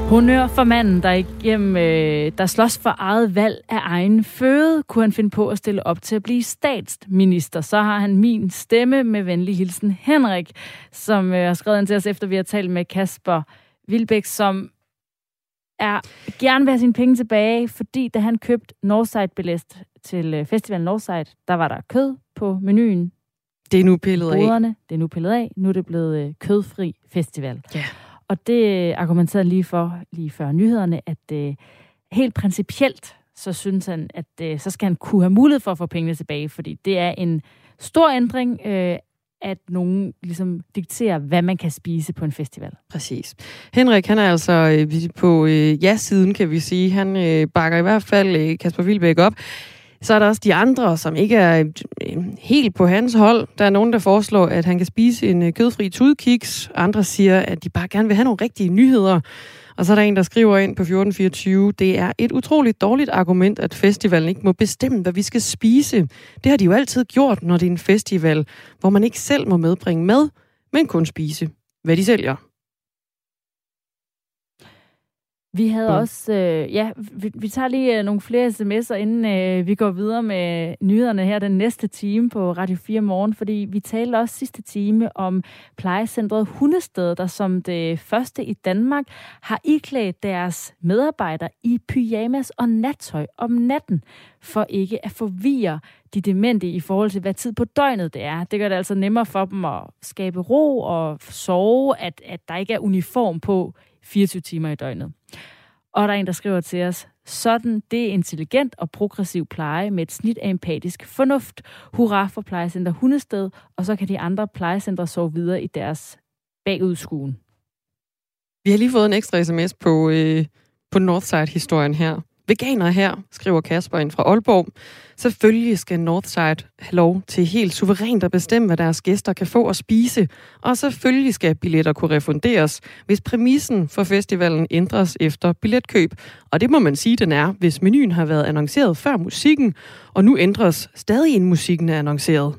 Honør for manden, der slås for eget valg af egen føde, kunne han finde på at stille op til at blive statsminister. Så har han min stemme med venlig hilsen Henrik, som har skrevet ind til os, efter vi har talt med Kasper Wilbæk, som gerne vil have sine penge tilbage, fordi da han købte Northside-billet til Festival Northside, der var der kød på menuen. Det er nu pillet af. Det er nu pillet af. Nu er det blevet kødfri festival. Ja. Og det argumenterede lige før nyhederne, at helt principielt, så synes han, at så skal han kunne have mulighed for at få pengene tilbage, fordi det er en stor ændring, at nogen ligesom dikterer, hvad man kan spise på en festival. Præcis. Henrik, han er altså på ja-siden, kan vi sige. Han bakker i hvert fald Kasper Wilbæk op. Så er der også de andre, som ikke er helt på hans hold. Der er nogen, der foreslår, at han kan spise en kødfri tudkiks. Andre siger, at de bare gerne vil have nogle rigtige nyheder. Og så er der en, der skriver ind på 1424, det er et utroligt dårligt argument, at festivalen ikke må bestemme, hvad vi skal spise. Det har de jo altid gjort, når det er en festival, hvor man ikke selv må medbringe mad, men kun spise, hvad de sælger. Vi havde også, vi tager lige nogle flere sms'er, inden vi går videre med nyhederne her den næste time på Radio 4 Morgen, fordi vi talte også sidste time om plejecentret Hundested, der som det første i Danmark har iklædt deres medarbejdere i pyjamas og nattøj om natten, for ikke at forvirre de demente i forhold til, hvad tid på døgnet det er. Det gør det altså nemmere for dem at skabe ro og sove, at der ikke er uniform på 24 timer i døgnet. Og der er en, der skriver til os, sådan, det er intelligent og progressiv pleje med et snit af empatisk fornuft. Hurra for plejecenter Hundested, og så kan de andre plejecentre sove videre i deres bagudskuen. Vi har lige fået en ekstra sms på Northside-historien her. Veganer her, skriver Kasper ind fra Aalborg. Selvfølgelig skal Northside have lov til helt suverænt at bestemme, hvad deres gæster kan få at spise. Og selvfølgelig skal billetter kunne refunderes, hvis præmissen for festivalen ændres efter billetkøb. Og det må man sige, den er, hvis menuen har været annonceret før musikken, og nu ændres stadig inden musikken er annonceret.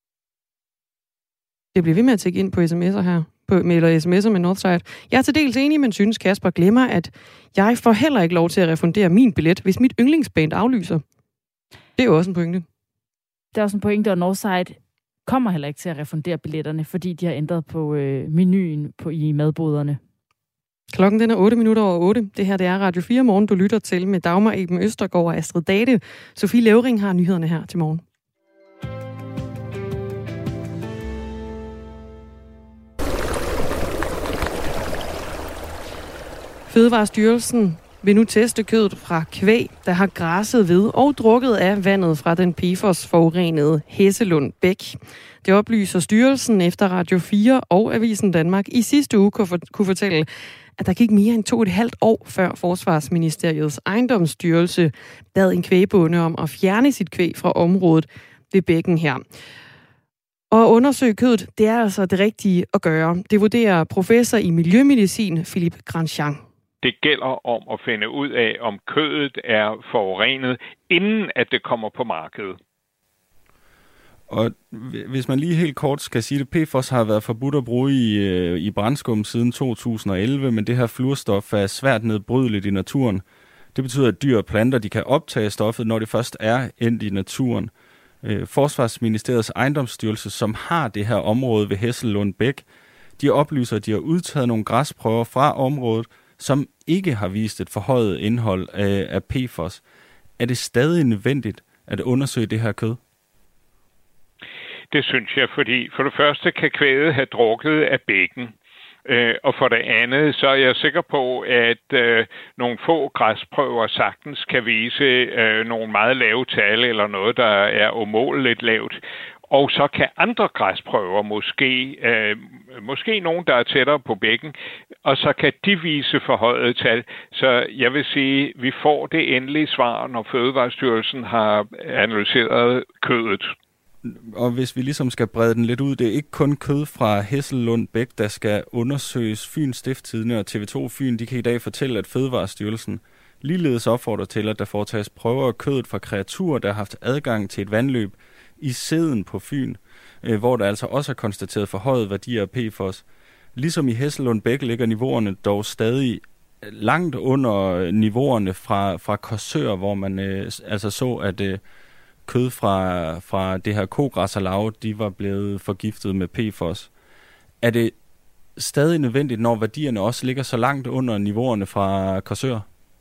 Det bliver ved med at tække ind på sms'er her. Eller sms'er med Northside. Jeg er til dels enig, men synes Kasper glemmer, at jeg får heller ikke lov til at refundere min billet, hvis mit yndlingsband aflyser. Det er jo også en pointe. Det er også en pointe, og Northside kommer heller ikke til at refundere billetterne, fordi de har ændret på menuen i madboderne. Klokken den er 8:08. Det her det er Radio 4 Morgen, du lytter til med Dagmar Eben Østergaard og Astrid Date. Sofie Levering har nyhederne her til morgen. Fødevarestyrelsen vil nu teste kødet fra kvæg, der har græsset ved og drukket af vandet fra den PFOS-forurenede Hesselund Bæk. Det oplyser styrelsen efter Radio 4 og Avisen Danmark i sidste uge kunne fortælle, at der gik mere end 2,5 år før Forsvarsministeriets ejendomsstyrelse bad en kvægbonde om at fjerne sit kvæg fra området ved bækken her. Og undersøge kødet, det er altså det rigtige at gøre. Det vurderer professor i miljømedicin Philippe Grandjean. Det gælder om at finde ud af, om kødet er forurenet, inden at det kommer på markedet. Og hvis man lige helt kort skal sige det, PFOS har været forbudt at bruge i brandskum siden 2011, men det her fluorstof er svært nedbrydeligt i naturen. Det betyder, at dyr og planter de kan optage stoffet, når det først er endt i naturen. Forsvarsministeriets ejendomsstyrelse, som har det her område ved Hesselund Bæk, de oplyser, at de har udtaget nogle græsprøver fra området, som ikke har vist et forhøjet indhold af PFOS. Er det stadig nødvendigt at undersøge det her kød? Det synes jeg, fordi for det første kan kvæget have drukket af bækken. Og for det andet, så er jeg sikker på, at nogle få græsprøver sagtens kan vise nogle meget lave tal eller noget, der er umåleligt lavt. Og så kan andre græsprøver, måske nogen, der er tættere på bækken, og så kan de vise forhøjet tal. Så jeg vil sige, at vi får det endelige svar, når Fødevarestyrelsen har analyseret kødet. Og hvis vi ligesom skal brede den lidt ud, det er ikke kun kød fra Hesselund Bæk, der skal undersøges. Fyns Stiftstidende og TV2 Fyn, de kan i dag fortælle, at Fødevarestyrelsen ligeledes opfordrer til, at der foretages prøver af kødet fra kreaturer, der har haft adgang til et vandløb i Sæden på Fyn, hvor der altså også er konstateret forhøjet værdier af PFOS. Ligesom i Hesselund Bæk ligger niveauerne dog stadig langt under niveauerne fra Korsør, hvor man altså så, at kød fra det her kogræsserlav, de var blevet forgiftet med PFOS. Er det stadig nødvendigt, når værdierne også ligger så langt under niveauerne fra Korsør?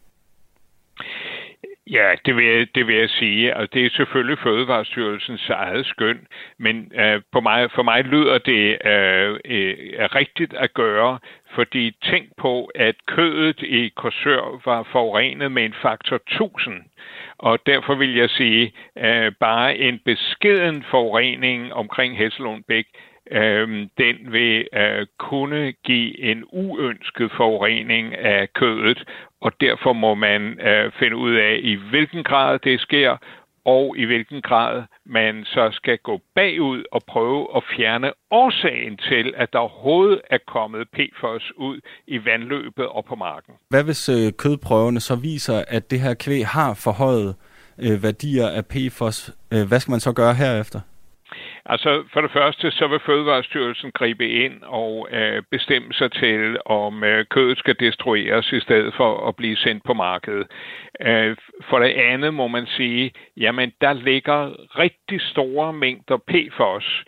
Ja, det vil jeg sige. Og det er selvfølgelig Fødevarestyrelsens eget skøn, men for mig lyder det rigtigt at gøre, fordi tænk på, at kødet i Korsør var forurenet med en faktor 1000. Og derfor vil jeg sige, bare en beskeden forurening omkring Hesselund Bæk, den vil kunne give en uønsket forurening af kødet, og derfor må man finde ud af, i hvilken grad det sker, og i hvilken grad man så skal gå bagud og prøve at fjerne årsagen til, at der overhovedet er kommet PFOS ud i vandløbet og på marken. Hvad hvis kødprøverne så viser, at det her kvæg har forhøjet værdier af PFOS? Hvad skal man så gøre herefter? Altså for det første, så vil Fødevarestyrelsen gribe ind og bestemme sig til, om kødet skal destrueres i stedet for at blive sendt på markedet. For det andet må man sige, jamen der ligger rigtig store mængder PFOS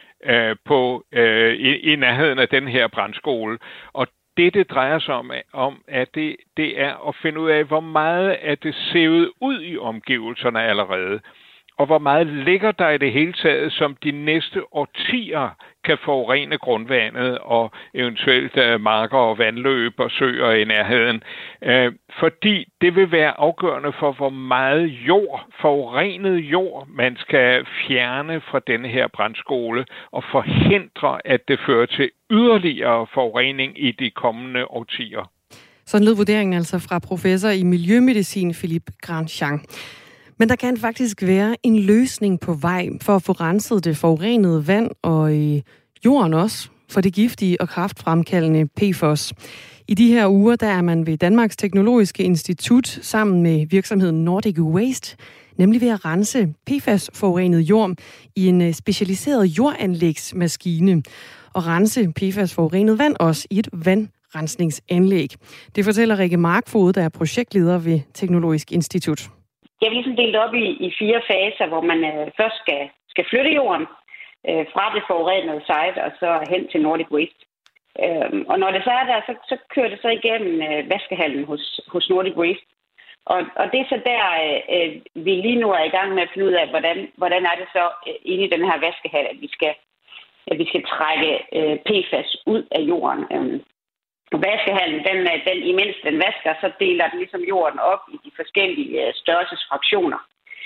i nærheden af den her brandskole, og det drejer sig om at det er at finde ud af, hvor meget er det sivet ud i omgivelserne allerede. Og hvor meget ligger der i det hele taget, som de næste årtier kan forurene grundvandet og eventuelt marker og vandløb og søer i nærheden. Fordi det vil være afgørende for, hvor meget forurenet jord, man skal fjerne fra denne her brandskole og forhindre, at det fører til yderligere forurening i de kommende årtier. Sådan lød vurderingen altså fra professor i miljømedicin Philippe Grandjean. Men der kan faktisk være en løsning på vej for at få renset det forurenede vand og i jorden også for det giftige og kræftfremkaldende PFOS. I de her uger der er man ved Danmarks Teknologiske Institut sammen med virksomheden Nordic Waste nemlig ved at rense PFAS-forurenet jord i en specialiseret jordanlægsmaskine og rense PFAS-forurenet vand også i et vandrensningsanlæg. Det fortæller Rikke Markfod, der er projektleder ved Teknologisk Institut. Det er ligesom delt op i 4 faser, hvor man først skal flytte jorden fra det forurenede site og så hen til Nordic Waste. Og når det så er der, så kører det så igennem vaskehallen hos Nordic Waste. Og det er så der, vi lige nu er i gang med at finde ud af, hvordan er det så inde i den her vaskehal, at vi skal trække PFAS ud af jorden. Vaskehallen, imens den vasker, så deler den ligesom jorden op i de forskellige størrelsesfraktioner.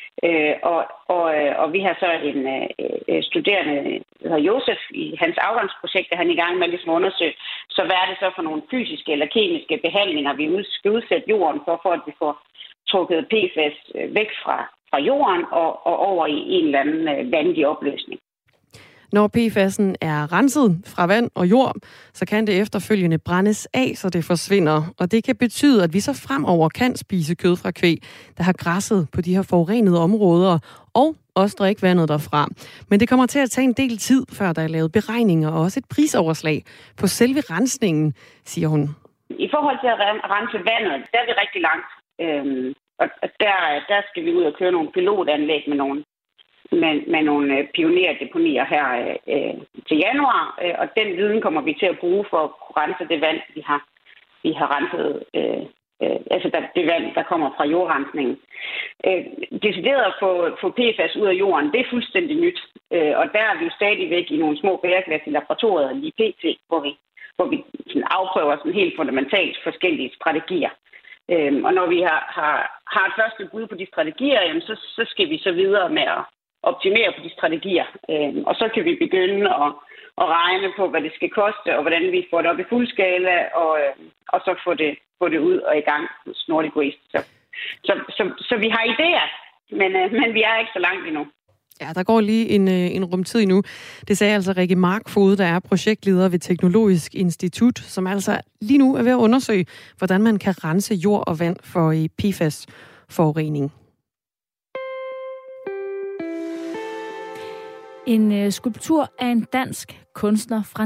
Og vi har så en studerende, der hedder Josef, i hans afgangsprojekt, er han i gang med ligesom at undersøge, så hvad er det så for nogle fysiske eller kemiske behandlinger, vi skal udsætte jorden for at vi får trukket PFAS væk fra jorden og over i en eller anden vandig opløsning. Når PFAS'en er renset fra vand og jord, så kan det efterfølgende brændes af, så det forsvinder. Og det kan betyde, at vi så fremover kan spise kød fra kvæg, der har græsset på de her forurenede områder, og også drikke vandet derfra. Men det kommer til at tage en del tid, før der er lavet beregninger og også et prisoverslag på selve rensningen, siger hun. I forhold til at rense vandet, der er vi rigtig langt. Og der skal vi ud og køre nogle pilotanlæg med nogle pionerdeponier her til januar, og den viden kommer vi til at bruge for at rense det vand, vi har renset, altså det vand, der kommer fra jordrensningen. Decideret at få PFAS ud af jorden, det er fuldstændig nyt, og der er vi jo stadigvæk i nogle små bæreglas i laboratoriet, lige pt., hvor vi sådan afprøver sådan helt fundamentalt forskellige strategier. Og når vi har et første bud på de strategier, jamen, så skal vi så videre med at optimere på de strategier. Og så kan vi begynde at regne på, hvad det skal koste, og hvordan vi får det op i fuldskala, og så få det ud og i gang hos Nordic Waste. Så vi har idéer, men vi er ikke så langt endnu. Ja, der går lige en rumtid endnu. Det sagde altså Rikke Markfod, der er projektleder ved Teknologisk Institut, som altså lige nu er ved at undersøge, hvordan man kan rense jord og vand for PFAS-forurening. En skulptur af en dansk kunstner fra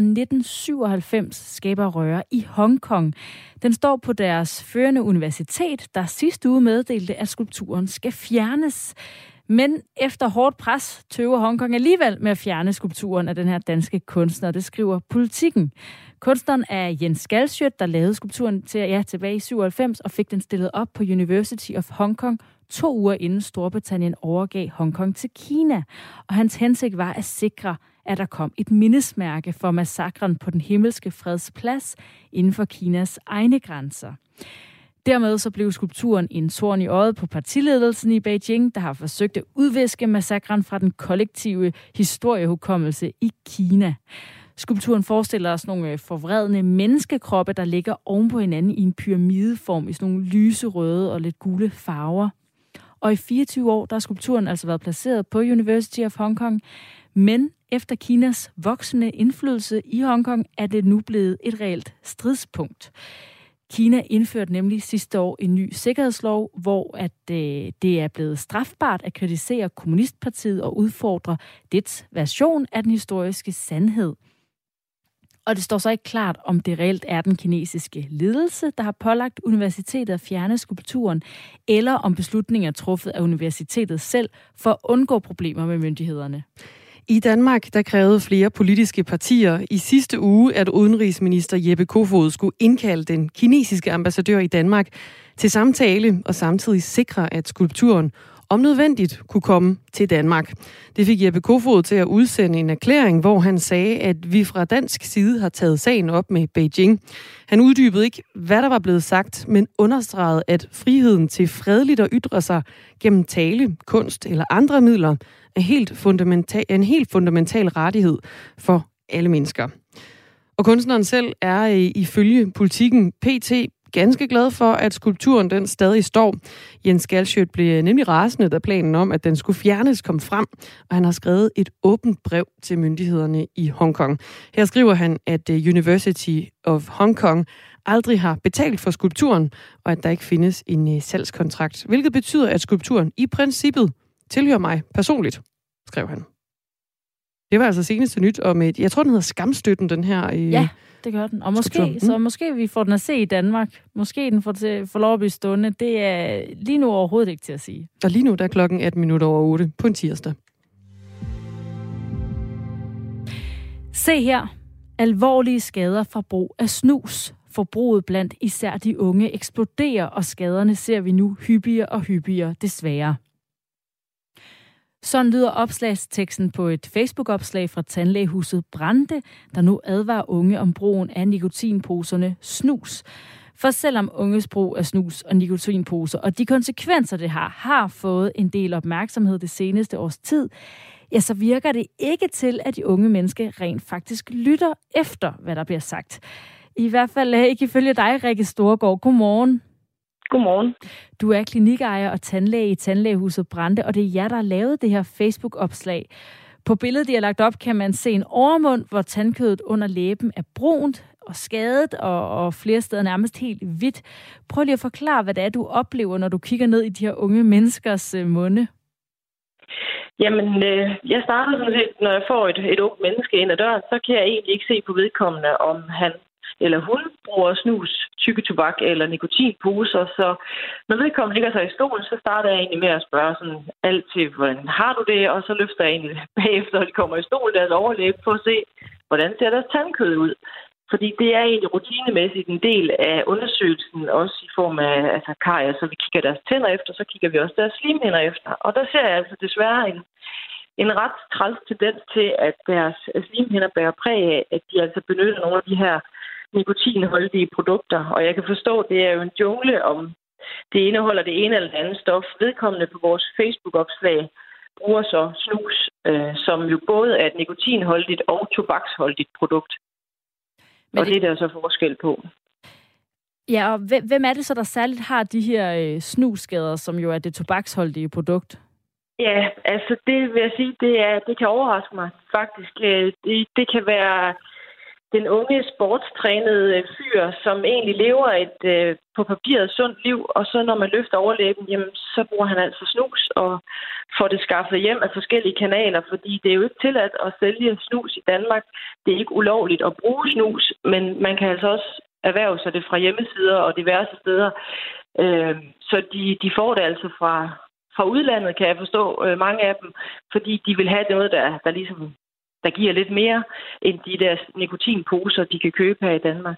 1997 skaber røre i Hongkong. Den står på deres førende universitet, der sidste uge meddelte, at skulpturen skal fjernes. Men efter hårdt pres tøver Hongkong alligevel med at fjerne skulpturen af den her danske kunstner. Det skriver Politikken. Kunstneren er Jens Galschiøt, der lavede skulpturen tilbage i 97 og fik den stillet op på University of Hong Kong 2 uger inden Storbritannien overgav Hongkong til Kina. Og hans hensigt var at sikre, at der kom et mindesmærke for massakren på den himmelske freds plads inden for Kinas egne grænser. Dermed så blev skulpturen en torn i øjet på partiledelsen i Beijing, der har forsøgt at udviske massakren fra den kollektive historiehukommelse i Kina. Skulpturen forestiller os nogle forvredne menneskekroppe, der ligger oven på hinanden i en pyramideform i sådan nogle lyserøde og lidt gule farver. Og i 24 år, der har skulpturen altså været placeret på University of Hong Kong. Men efter Kinas voksende indflydelse i Hongkong, er det nu blevet et reelt stridspunkt. Kina indførte nemlig sidste år en ny sikkerhedslov, hvor det er blevet strafbart at kritisere Kommunistpartiet og udfordre dets version af den historiske sandhed. Og det står så ikke klart, om det reelt er den kinesiske ledelse, der har pålagt universitetet at fjerne skulpturen, eller om beslutningen er truffet af universitetet selv for at undgå problemer med myndighederne. I Danmark, der krævede flere politiske partier i sidste uge, at udenrigsminister Jeppe Kofod skulle indkalde den kinesiske ambassadør i Danmark til samtale og samtidig sikre, at skulpturen om nødvendigt kunne komme til Danmark. Det fik Jeppe Kofod til at udsende en erklæring, hvor han sagde, at vi fra dansk side har taget sagen op med Beijing. Han uddybede ikke, hvad der var blevet sagt, men understregede, at friheden til fredeligt at ytre sig gennem tale, kunst eller andre midler er en helt fundamental rettighed for alle mennesker. Og kunstneren selv er ifølge Politikken PT ganske glad for, at skulpturen den stadig står. Jens Galschiøt blev nemlig rasende, da planen om, at den skulle fjernes, kom frem, og han har skrevet et åbent brev til myndighederne i Hongkong. Her skriver han, at University of Hong Kong aldrig har betalt for skulpturen, og at der ikke findes en salgskontrakt, hvilket betyder, at skulpturen i princippet tilhører mig personligt, skrev han. Det var altså seneste nyt om jeg tror, den hedder Skamstøtten, den her. Ja, det gør den. Og måske vi får den at se i Danmark. Måske den får lov at blive stående. Det er lige nu overhovedet ikke til at sige. Og lige nu der er klokken 8:18 på en tirsdag. Se her. Alvorlige skader fra brug af snus. Forbruget blandt især de unge eksploderer, og skaderne ser vi nu hyppigere og hyppigere, desværre. Sådan lyder opslagsteksten på et Facebook-opslag fra tandlægehuset Brande, der nu advarer unge om brugen af nikotinposerne snus. For selvom unges brug af snus og nikotinposer og de konsekvenser, det har fået en del opmærksomhed det seneste års tid, ja, så virker det ikke til, at de unge mennesker rent faktisk lytter efter, hvad der bliver sagt. I hvert fald ikke ifølge dig, Rikke Storgård. Godmorgen. Godmorgen. Du er klinikejer og tandlæge i tandlægehuset Brande, og det er jer, der har lavet det her Facebook-opslag. På billedet, de har lagt op, kan man se en overmund, hvor tandkødet under læben er brunt og skadet, og flere steder nærmest helt hvidt. Prøv lige at forklare, hvad det er, du oplever, når du kigger ned i de her unge menneskers munde. Jamen, jeg starter sådan set, når jeg får et ungt menneske ind ad døren, så kan jeg egentlig ikke se på vedkommende, om han eller hun bruger snus, tykketobak eller nikotinposer. Så når vedkommende ligger sig i stolen, så starter jeg egentlig med at spørge sådan alt til, hvordan har du det? Og så løfter jeg egentlig bagefter, når de kommer i stolen, deres overlæbe, for at se, hvordan ser deres tandkød ud. Fordi det er egentlig rutinemæssigt en del af undersøgelsen, også i form af karier, så vi kigger deres tænder efter, så kigger vi også deres slimhinder efter. Og der ser jeg altså desværre en ret træls tendens til, at deres slimhinder bærer præg af, at de altså benytter nogle af de her nikotinholdige produkter. Og jeg kan forstå, at det er jo en jungle, om det indeholder det ene eller det andet stof. Vedkommende på vores Facebook-opslag bruger så snus, som jo både er et nikotinholdigt og tobaksholdigt produkt. Og det er der så forskel på. Ja, og hvem er det så, der særligt har de her snusskader, som jo er det tobaksholdige produkt? Ja, altså det vil jeg sige, det kan overraske mig faktisk. Det kan være den unge sportstrænede fyr, som egentlig lever et på papiret sundt liv, og så når man løfter overlæben, jamen, så bruger han altså snus og får det skaffet hjem af forskellige kanaler, fordi det er jo ikke tilladt at sælge snus i Danmark. Det er ikke ulovligt at bruge snus, men man kan altså også erhverve sig det fra hjemmesider og diverse steder. Så de får det altså fra udlandet, kan jeg forstå, mange af dem, fordi de vil have noget, der ligesom der giver lidt mere end de der nikotinposer, de kan købe her i Danmark.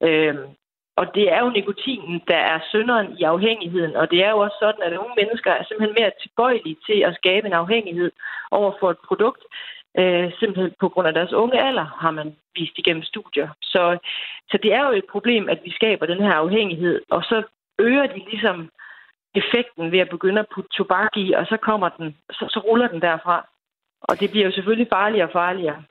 Og det er jo nikotinen, der er synderen i afhængigheden, og det er jo også sådan, at nogle mennesker er simpelthen mere tilbøjelige til at skabe en afhængighed over for et produkt, simpelthen på grund af deres unge alder, har man vist igennem studier. Så det er jo et problem, at vi skaber den her afhængighed, og så øger de ligesom effekten ved at begynde at putte tobak i, og så kommer den, så ruller den derfra. Og det bliver jo selvfølgelig farligere og farligere.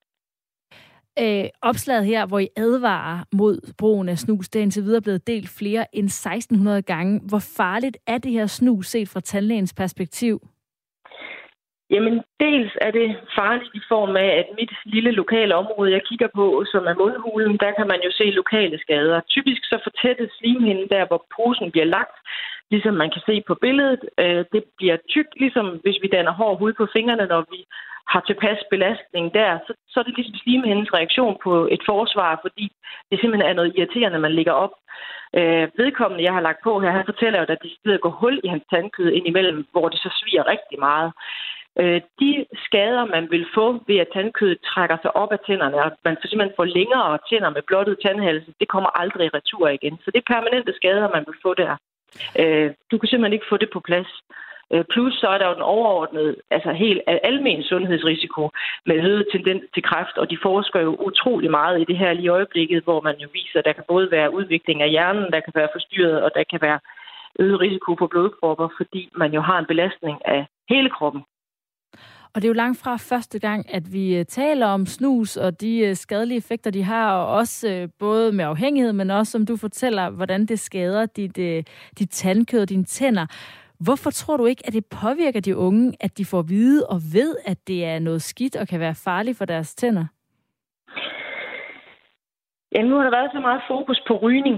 Opslaget her, hvor I advarer mod brugen af snus, det er indtil videre blevet delt flere end 1600 gange. Hvor farligt er det her snus set fra tandlægens perspektiv? Jamen, dels er det farligt i form af, at mit lille lokale område, jeg kigger på, som er mundhulen, der kan man jo se lokale skader. Typisk så fortættes slimhinden der, hvor posen bliver lagt, ligesom man kan se på billedet. Det bliver tykt, ligesom hvis vi danner hård hud på fingrene, når vi har tilpas belastning der. Så er det ligesom slimhindens reaktion på et forsvar, fordi det simpelthen er noget irriterende, man lægger op. Vedkommende, jeg har lagt på her, han fortæller jo, at det går hul i hans tandkød indimellem, hvor det så sviger rigtig meget. De skader, man vil få ved, at tandkødet trækker sig op af tænderne, og man simpelthen får længere tænder med blottet tandhalse, det kommer aldrig i retur igen. Så det er permanente skader, man vil få der. Du kan simpelthen ikke få det på plads. Plus så er der jo den overordnede, altså helt almen sundhedsrisiko med øget tendens til kræft, og de forsker jo utrolig meget i det her lige i øjeblikket, hvor man jo viser, at der kan både være udvikling af hjernen, der kan være forstyrret, og der kan være øget risiko for blodpropper, fordi man jo har en belastning af hele kroppen. Og det er jo langt fra første gang, at vi taler om snus og de skadelige effekter, de har, og også både med afhængighed, men også, som du fortæller, hvordan det skader dit tandkød og dine tænder. Hvorfor tror du ikke, at det påvirker de unge, at de får at vide og ved, at det er noget skidt og kan være farligt for deres tænder? Ja, nu har der været så meget fokus på rygning.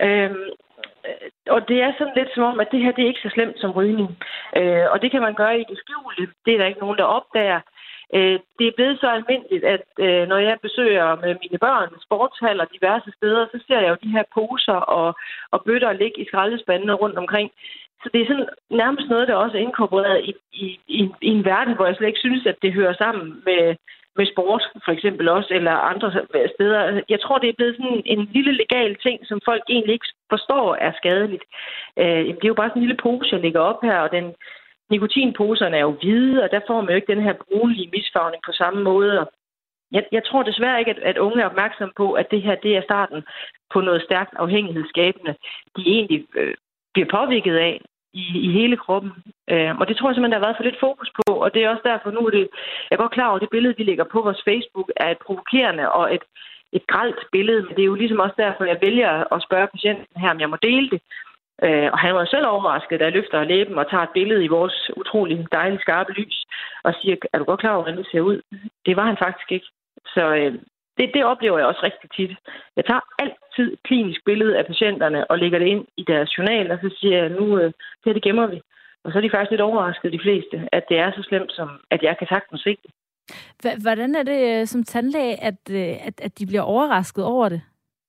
Og det er sådan lidt som om, at det her det er ikke så slemt som rygning. Og det kan man gøre i det skjulte. Det er der ikke nogen, der opdager. Det er blevet så almindeligt, at når jeg besøger med mine børn, sportshaller og diverse steder, så ser jeg jo de her poser og bøtter ligge i skraldespandene rundt omkring. Så det er sådan nærmest noget, der også er inkorporeret i en verden, hvor jeg slet ikke synes, at det hører sammen med sport, for eksempel også, eller andre steder. Jeg tror, det er blevet sådan en lille legal ting, som folk egentlig ikke forstår er skadeligt. Det er jo bare sådan en lille pose, jeg lægger op her, og nikotinposerne er jo hvide, og der får man jo ikke den her brunlige misfarvning på samme måde. Jeg tror desværre ikke, at unge er opmærksom på, at det her det er starten på noget stærkt afhængighedsskabende, de egentlig bliver påvirket af i hele kroppen. Og det tror jeg simpelthen, der har været for lidt fokus på, og det er også derfor nu, jeg er godt klar over, at det billede, vi lægger på vores Facebook, er et provokerende og et grelt billede, men det er jo ligesom også derfor, jeg vælger at spørge patienten her, om jeg må dele det. Og han var selv overrasket, da jeg løfter læben og tager et billede i vores utrolig dejlige skarpe lys, og siger, er du godt klar over, hvordan det ser ud? Det var han faktisk ikke. Så det oplever jeg også rigtig tit. Jeg tager altid et klinisk billede af patienterne og lægger det ind i deres journal, og så siger jeg, nu det gemmer vi. Og så er de faktisk lidt overrasket, de fleste, at det er så slemt, som at jeg kan sagtens se det. Hvordan er det som tandlæge, at de bliver overrasket over det?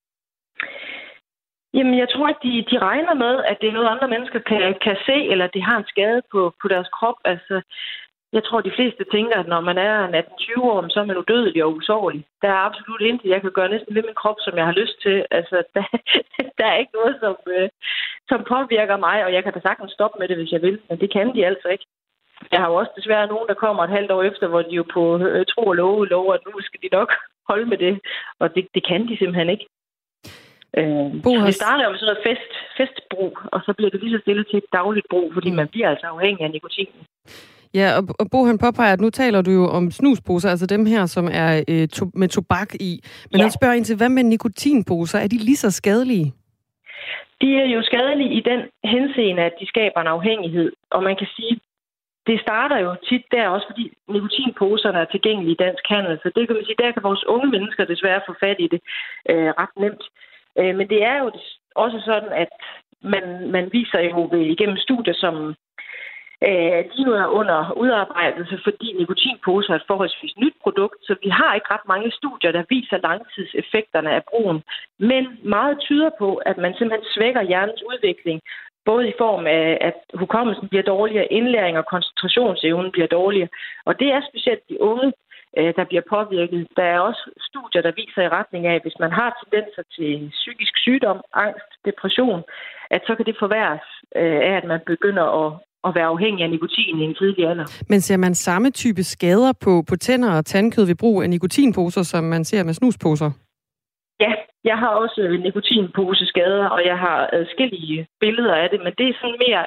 Jamen, jeg tror ikke, de regner med, at det er noget, andre mennesker kan se, eller det har en skade på deres krop. Altså, jeg tror, de fleste tænker, at når man er 18-20 år, så er man udødelig og usårlig. Der er absolut intet, jeg kan gøre næsten ved min krop, som jeg har lyst til. Altså, der er ikke noget, som påvirker mig, og jeg kan da sagtens stoppe med det, hvis jeg vil. Men det kan de altså ikke. Jeg har jo også desværre nogen, der kommer et halvt år efter, hvor de jo på tro og love lover, at nu skal de nok holde med det. Og det kan de simpelthen ikke. Det starter jo med sådan noget festbrug, og så bliver det lige så stille til et dagligt brug, fordi man bliver altså afhængig af nikotinen. Ja, og Bo han påpeger, at nu taler du jo om snusposer, altså dem her, som er med tobak i. Men han spørger ind til, hvad med nikotinposer? Er de lige så skadelige? De er jo skadelige i den henseende, at de skaber en afhængighed. Og man kan sige, det starter jo tit der også, fordi nikotinposerne er tilgængelige i dansk handel. Så det kan man sige, der kan vores unge mennesker desværre få fat i det ret nemt. Men det er jo også sådan, at man viser jo igennem studier, som lige nu er under udarbejdelse, fordi nikotinposer er et forholdsvis nyt produkt, så vi har ikke ret mange studier, der viser langtidseffekterne af brugen. Men meget tyder på, at man simpelthen svækker hjernens udvikling, både i form af, at hukommelsen bliver dårligere, indlæring og koncentrationsevnen bliver dårligere. Og det er specielt de unge, der bliver påvirket. Der er også studier, der viser i retning af, at hvis man har tendenser til psykisk sygdom, angst, depression, at så kan det forværres af, at man begynder at være afhængig af nikotin i en tidlig alder. Men ser man samme type skader på tænder og tandkød ved brug af nikotinposer, som man ser med snusposer? Ja, jeg har også nikotinposeskader, og jeg har adskillige billeder af det, men det er sådan mere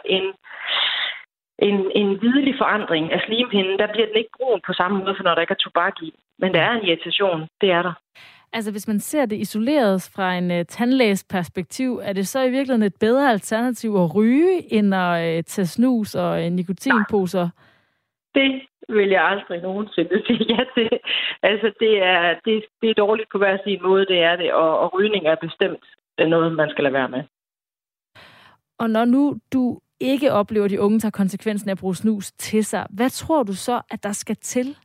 en hvidlig forandring af slimhinden. Der bliver den ikke brun på samme måde, for når der ikke er tobak i. Men der er en irritation, det er der. Altså, hvis man ser det isoleret fra en tandlæges perspektiv, er det så i virkeligheden et bedre alternativ at ryge, end at tage snus og nikotinposer? Det vil jeg aldrig nogensinde sige ja til. Altså, det er dårligt på hver sin måde, det er det, og rygning er bestemt noget, man skal lade være med. Og når nu du ikke oplever, at de unge tager konsekvensen af at bruge snus til sig, hvad tror du så, at der skal til?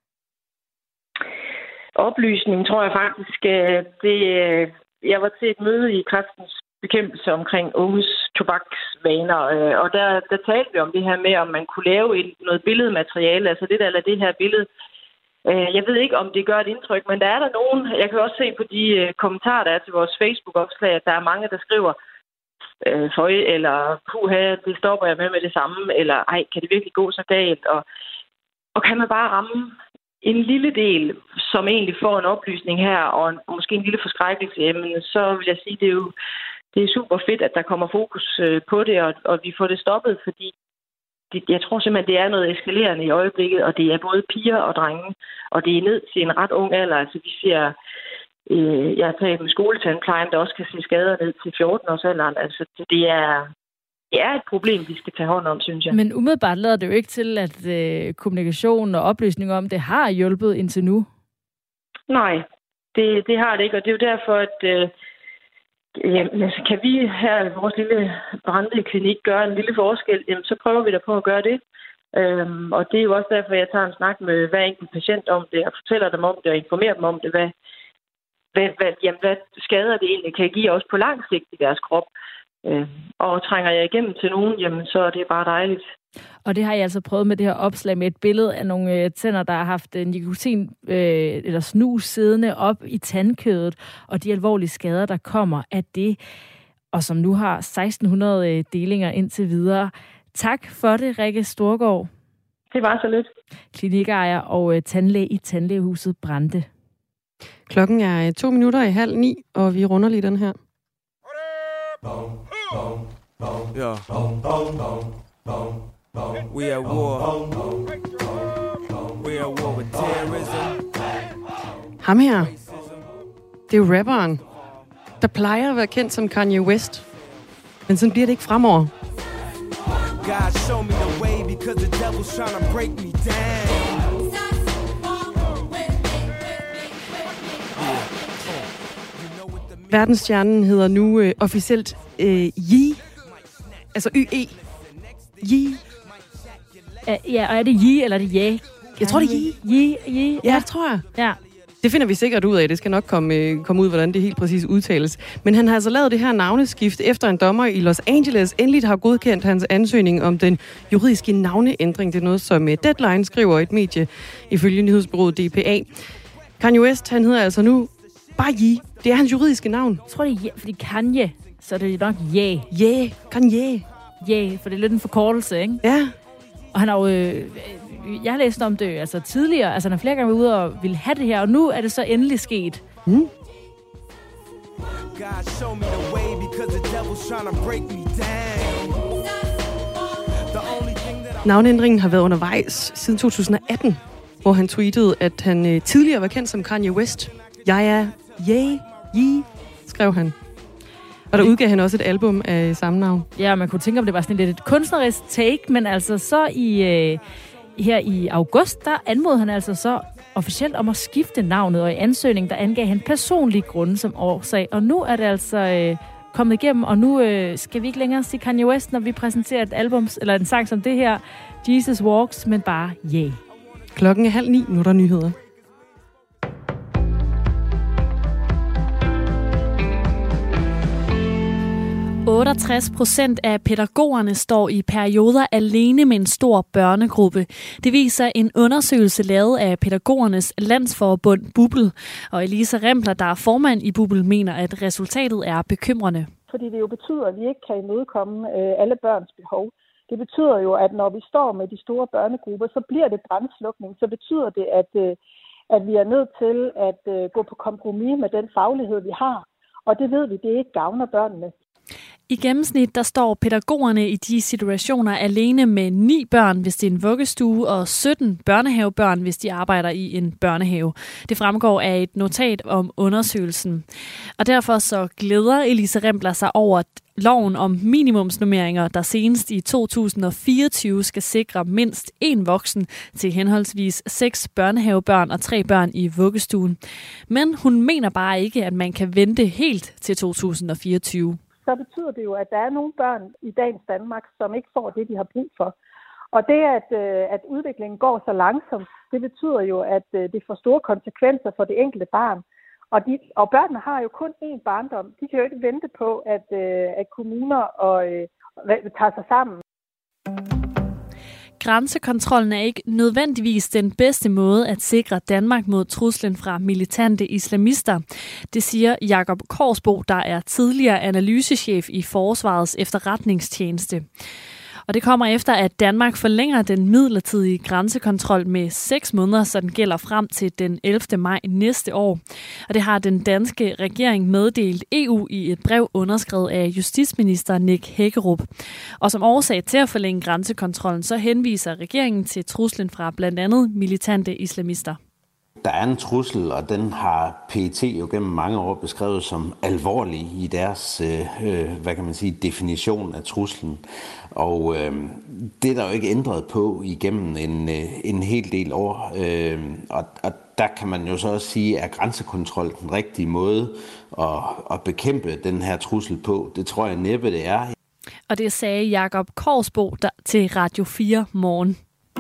Oplysning, tror jeg faktisk. Jeg var til et møde i Kræftens Bekæmpelse omkring unges tobaksvaner, og der talte vi om det her med, om man kunne lave noget billedmateriale, altså lidt eller det her billede. Jeg ved ikke, om det gør et indtryk, men der er der nogen, jeg kan også se på de kommentarer, der er til vores Facebook-opslag, at der er mange, der skriver, føj, eller puha, det stopper jeg med det samme, eller ej, kan det virkelig gå så galt, og kan man bare ramme en lille del, som egentlig får en oplysning her, og måske en lille forskrækkelse, jamen, så vil jeg sige, det er super fedt, at der kommer fokus på det, og vi får det stoppet, fordi jeg tror simpelthen, det er noget eskalerende i øjeblikket, og det er både piger og drenge, og det er ned til en ret ung alder. Altså vi ser, jeg har talt med skoletandplejen, der også kan se skader ned til 14-årsalderen. Altså det er et problem, vi skal tage hånd om, synes jeg. Men umiddelbart lader det jo ikke til, at kommunikation og oplysning om det har hjulpet indtil nu. Nej, det har det ikke, og det er jo derfor, at altså, kan vi her i vores lille Brande-klinik gøre en lille forskel, jamen, så prøver vi da på at gøre det. Og det er jo også derfor, jeg tager en snak med hver enkelt patient om det, og fortæller dem om det, og informerer dem om det, hvad skader det egentlig kan give også på lang sigt i deres krop. Og trænger jeg igennem til nogen, jamen, så er det bare dejligt. Og det har jeg altså prøvet med det her opslag med et billede af nogle tænder, der har haft nikotin eller snus siddende op i tandkødet, og de alvorlige skader, der kommer af det, og som nu har 1600 delinger indtil videre. Tak for det, Rikke Storgård. Det var så lidt. Klinikejer og tandlæge i Tandlægehuset Brande. Klokken er 8:02, og vi runder lige den her. Yeah. We at war. We at war with terrorism. Ham her, det er jo rapperen, der plejer at være kendt som Kanye West. Men sådan bliver det ikke fremover. God show me the way because the devil's trying to break me down. Verdensstjernen hedder nu officielt Ye. Altså Y-E. Ye. Ja, og er det Ye, eller er det Ja? Jeg tror, det er Ye. Ja, det tror jeg. Ja. Det finder vi sikkert ud af. Det skal nok komme ud, hvordan det helt præcis udtales. Men han har altså lavet det her navneskift, efter en dommer i Los Angeles endeligt har godkendt hans ansøgning om den juridiske navneændring. Det er noget, som Deadline skriver et medie ifølge nyhedsbureauet DPA. Kanye West, han hedder altså nu bare Ye. Det er hans juridiske navn. Jeg tror, det er fordi Kanye, så er det nok Ja. Ja, Kanye. Ja, for det er lidt en forkortelse, ikke? Ja. Og han har jo... jeg har læst om det altså tidligere. Altså, han har flere gange været ude og ville have det her, og nu er det så endelig sket. Navneændringen har været undervejs siden 2018, hvor han tweetede, at han tidligere var kendt som Kanye West. Jeg er Ye, skrev han. Og der udgav han også et album af samme navn. Ja, man kunne tænke, om det var sådan lidt et kunstnerisk take, men altså så her i august, der anmodede han altså så officielt om at skifte navnet, og i ansøgningen, der angav han personlige grunde som årsag. Og nu er det altså kommet igennem, og nu skal vi ikke længere sige Kanye West, når vi præsenterer et album, eller en sang som det her, Jesus Walks, men bare yeah. Klokken er 8:30, nu er der nyheder. % af pædagogerne står i perioder alene med en stor børnegruppe. Det viser en undersøgelse lavet af Pædagogernes Landsforbund BUPL. Og Elisa Rempler, der er formand i BUPL, mener, at resultatet er bekymrende. Fordi det jo betyder, at vi ikke kan imødekomme alle børns behov. Det betyder jo, at når vi står med de store børnegrupper, så bliver det brandslukning. Så betyder det, at vi er nødt til at gå på kompromis med den faglighed, vi har. Og det ved vi, det ikke gavner børnene. I gennemsnit der står pædagogerne i de situationer alene med 9 børn, hvis det er en vuggestue, og 17 børnehavebørn, hvis de arbejder i en børnehave. Det fremgår af et notat om undersøgelsen. Og derfor så glæder Elisa Rempler sig over loven om minimumsnormeringer, der senest i 2024 skal sikre mindst 1 voksen til henholdsvis 6 børnehavebørn og 3 børn i vuggestuen. Men hun mener bare ikke, at man kan vente helt til 2024. Så betyder det jo, at der er nogle børn i dagens Danmark, som ikke får det, de har brug for. Og det, at udviklingen går så langsomt, det betyder jo, at det får store konsekvenser for det enkelte barn. Og børnene har jo kun én barndom. De kan jo ikke vente på, at kommuner tager sig sammen. Grænsekontrollen er ikke nødvendigvis den bedste måde at sikre Danmark mod truslen fra militante islamister. Det siger Jakob Korsbo, der er tidligere analysechef i Forsvarets efterretningstjeneste. Og det kommer efter, at Danmark forlænger den midlertidige grænsekontrol med 6 måneder, så den gælder frem til den 11. maj næste år. Og det har den danske regering meddelt EU i et brev underskrevet af justitsminister Nick Hækkerup. Og som årsag til at forlænge grænsekontrollen, så henviser regeringen til truslen fra blandt andet militante islamister. Der er en trussel, og den har PET jo gennem mange år beskrevet som alvorlig i deres, definition af truslen. Og det er der jo ikke ændret på igennem en hel del år. Og der kan man jo så også sige, at grænsekontrol den rigtige måde at bekæmpe den her trussel på. Det tror jeg næppe, det er. Og det sagde Jakob Korsbo til Radio 4 morgen.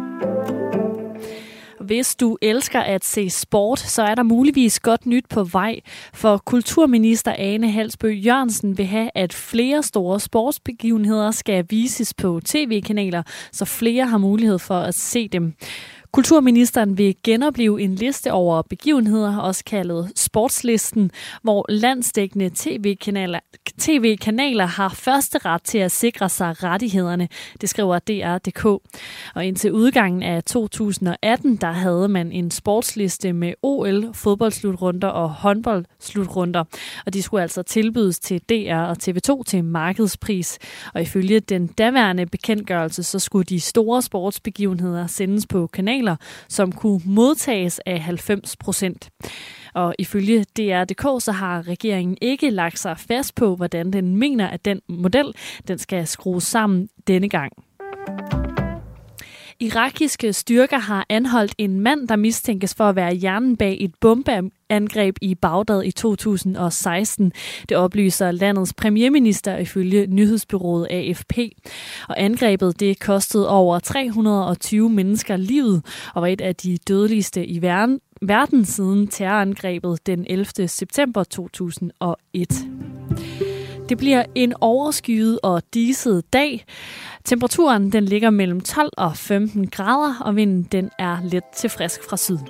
Hvis du elsker at se sport, så er der muligvis godt nyt på vej, for kulturminister Ane Halsboe Jørgensen vil have, at flere store sportsbegivenheder skal vises på tv-kanaler, så flere har mulighed for at se dem. Kulturministeren vil genoplive en liste over begivenheder, også kaldet Sportslisten, hvor landsdækkende tv-kanaler har første ret til at sikre sig rettighederne, det skriver DR.dk. Og indtil udgangen af 2018, der havde man en sportsliste med OL, fodboldsslutrunder og håndboldsslutrunder, og de skulle altså tilbydes til DR og TV2 til markedspris. Og ifølge den daværende bekendtgørelse, så skulle de store sportsbegivenheder sendes på kanaler, som kunne modtages af 90%. Og ifølge DR.dk, så har regeringen ikke lagt sig fast på, hvordan den mener, at den model den skal skrues sammen denne gang. Irakiske styrker har anholdt en mand, der mistænkes for at være hjernen bag et bombeangreb i Bagdad i 2016. Det oplyser landets premierminister ifølge nyhedsbureauet AFP. Og angrebet det kostede over 320 mennesker livet og var et af de dødeligste i verden siden terrorangrebet den 11. september 2001. Det bliver en overskyet og diset dag. Temperaturen den ligger mellem 12 og 15 grader, og vinden den er let til frisk fra syd.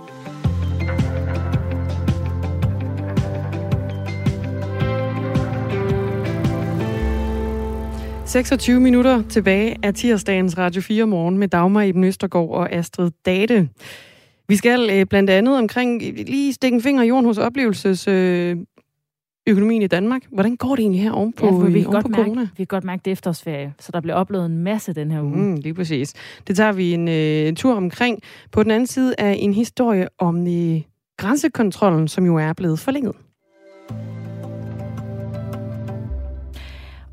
– 26 minutter tilbage af tirsdagens Radio 4 morgen med Dagmar Eben Østergaard og Astrid Date. Vi skal blandt andet omkring lige stikke en finger i jorden hos økonomien i Danmark. Hvordan går det egentlig her oven på corona? Vi kan godt mærke det efterårsferie, så der bliver oplevet en masse den her uge. Lige præcis. Det tager vi en tur omkring på den anden side af en historie om grænsekontrollen, som jo er blevet forlænget.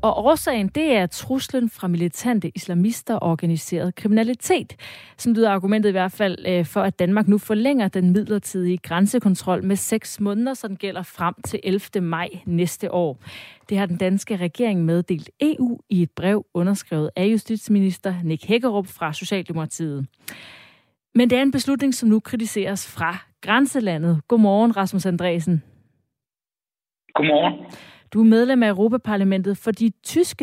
Og årsagen, det er truslen fra militante islamister og organiseret kriminalitet, som lyder argumentet i hvert fald for, at Danmark nu forlænger den midlertidige grænsekontrol med 6 måneder, så den gælder frem til 11. maj næste år. Det har den danske regering meddelt EU i et brev underskrevet af justitsminister Nick Hækkerup fra Socialdemokratiet. Men det er en beslutning, som nu kritiseres fra grænselandet. Godmorgen, Rasmus Andresen. Godmorgen. Du er medlem af Europaparlamentet for de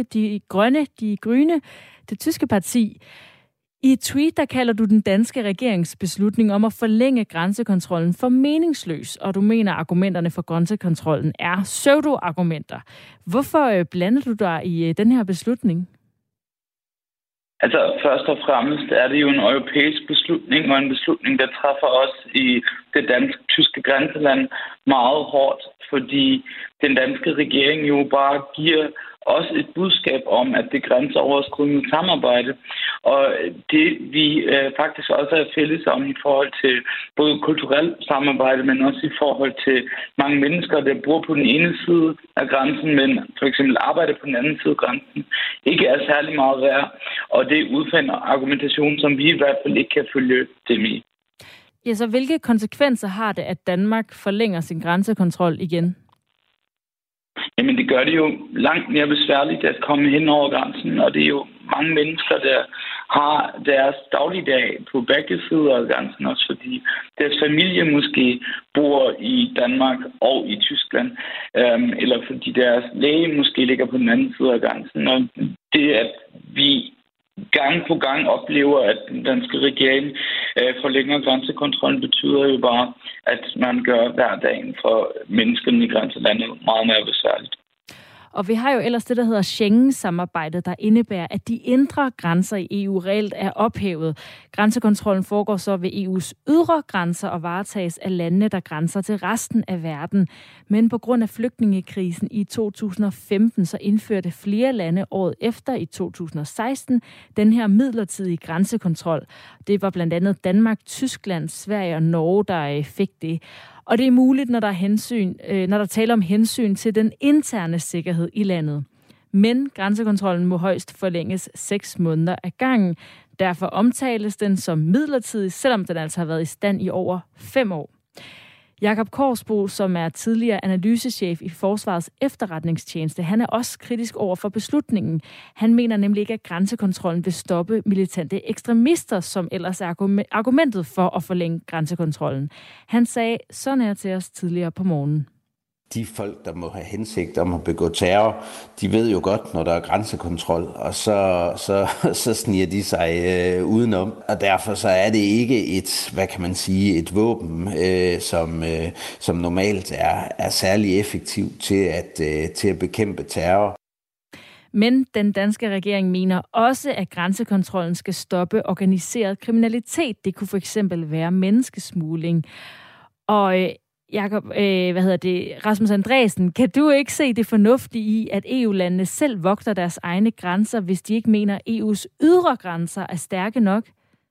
grønne, det tyske parti. I et tweet, der kalder du den danske regerings beslutning om at forlænge grænsekontrollen for meningsløs, og du mener, at argumenterne for grænsekontrollen er pseudo-argumenter. Hvorfor blander du dig i den her beslutning? Altså, først og fremmest er det jo en europæisk beslutning, og en beslutning, der træffer os i det dansk-tyske grænseland meget hårdt, fordi den danske regering jo bare giver os et budskab om, at det er grænseoverskridende samarbejde. Og det vi faktisk også er fælles om i forhold til både kulturelt samarbejde, men også i forhold til mange mennesker, der bor på den ene side af grænsen, men for eksempel arbejder på den anden side af grænsen, ikke er særlig meget værd. Og det udfinder argumentation, som vi i hvert fald ikke kan følge dem i. Ja, så hvilke konsekvenser har det, at Danmark forlænger sin grænsekontrol igen? Jamen, det gør det jo langt mere besværligt at komme hen over grænsen, og det er jo mange mennesker, der har deres dagligdag på begge sider af grænsen, også fordi deres familie måske bor i Danmark og i Tyskland, eller fordi deres læge måske ligger på den anden side af grænsen. Og det, at vi gang på gang oplever, at den danske regering forlænger grænsekontrollen, betyder jo bare, at man gør hverdagen for menneskene i grænselandet meget mere besværligt. Og vi har jo ellers det, der hedder Schengen-samarbejdet, der indebærer, at de indre grænser i EU reelt er ophævet. Grænsekontrollen foregår så ved EU's ydre grænser og varetages af landene, der grænser til resten af verden. Men på grund af flygtningekrisen i 2015, så indførte flere lande året efter i 2016 den her midlertidige grænsekontrol. Det var blandt andet Danmark, Tyskland, Sverige og Norge, der fik det. Og det er muligt, når der taler om hensyn til den interne sikkerhed i landet. Men grænsekontrollen må højst forlænges 6 måneder ad gangen. Derfor omtales den som midlertidig, selvom den altså har været i stand i over 5 år. Jakob Korsbo, som er tidligere analysechef i Forsvarets efterretningstjeneste, han er også kritisk over for beslutningen. Han mener nemlig ikke, at grænsekontrollen vil stoppe militante ekstremister, som ellers er argumentet for at forlænge grænsekontrollen. Han sagde sådan her til os tidligere på morgenen. De folk, der må have hensigt om at begå terror, de ved jo godt, når der er grænsekontrol, og så sniger de sig udenom. Og derfor så er det ikke et våben, som normalt er særlig effektivt til at bekæmpe terror. Men den danske regering mener også, at grænsekontrollen skal stoppe organiseret kriminalitet. Det kunne for eksempel være menneskesmugling. Og Rasmus Andresen, kan du ikke se det fornuftige i, at EU-landene selv vogter deres egne grænser, hvis de ikke mener, at EU's ydre grænser er stærke nok?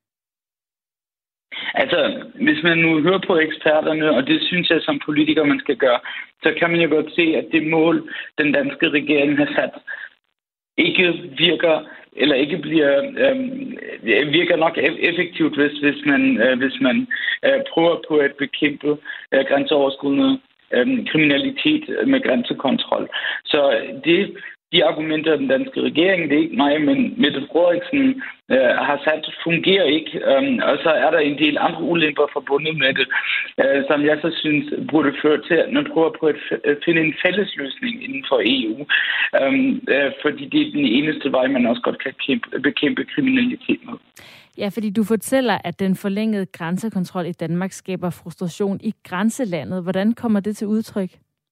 Altså, hvis man nu hører på eksperterne, og det synes jeg som politiker, man skal gøre, så kan man jo godt se, at det mål, den danske regering har sat, ikke virker eller ikke virker nok effektivt, hvis man prøver på at bekæmpe grænseoverskridende kriminalitet med grænsekontrol. Så de argumenter af den danske regering, det er ikke mig, men Mette Frederiksen har sat, fungerer ikke. Og så er der en del andre ulemper forbundet med det, som jeg så synes burde føre til, at man prøver på at finde en fælles løsning inden for EU. Fordi det er den eneste vej, man også godt kan bekæmpe kriminalitet med. Ja, fordi du fortæller, at den forlængede grænsekontrol i Danmark skaber frustration i grænselandet. Hvordan kommer det til udtryk?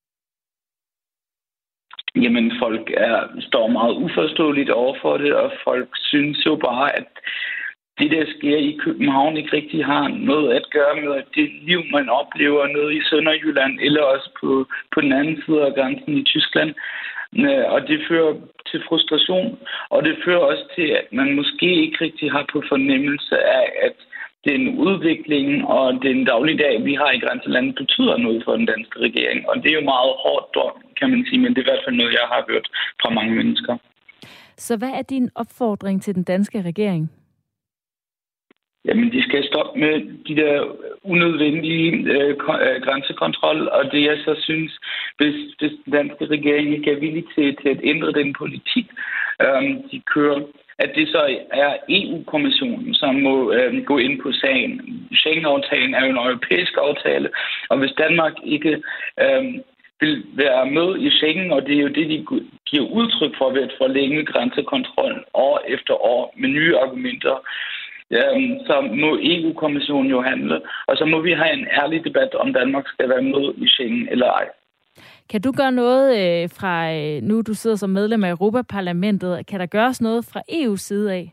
Jamen, folk står meget uforståeligt over for det, og folk synes jo bare, at det, der sker i København, ikke rigtig har noget at gøre med det liv, man oplever nede i Sønderjylland, eller også på den anden side af grænsen i Tyskland. Og det fører til frustration, og det fører også til, at man måske ikke rigtig har på fornemmelse af, at den udvikling og den dagligdag, vi har i grænselandet, betyder noget for den danske regering. Og det er jo meget hårdt, kan man sige, men det er i hvert fald noget, jeg har hørt fra mange mennesker. Så hvad er din opfordring til den danske regering? Jamen, de skal stoppe med de der unødvendige grænsekontrol, og det jeg så synes, hvis den danske regering ikke er villig til at ændre den politik, de kører, at det så er EU-kommissionen, som må gå ind på sagen. Schengen-aftalen er jo en europæisk aftale, og hvis Danmark ikke vil være med i Schengen, og det er jo det, de giver udtryk for ved at forlænge grænsekontrollen år efter år med nye argumenter, så må EU-kommissionen jo handle, og så må vi have en ærlig debat, om Danmark skal være med i Schengen eller ej. Kan du gøre noget fra, nu du sidder som medlem af Europaparlamentet, kan der gøres noget fra EU's side af?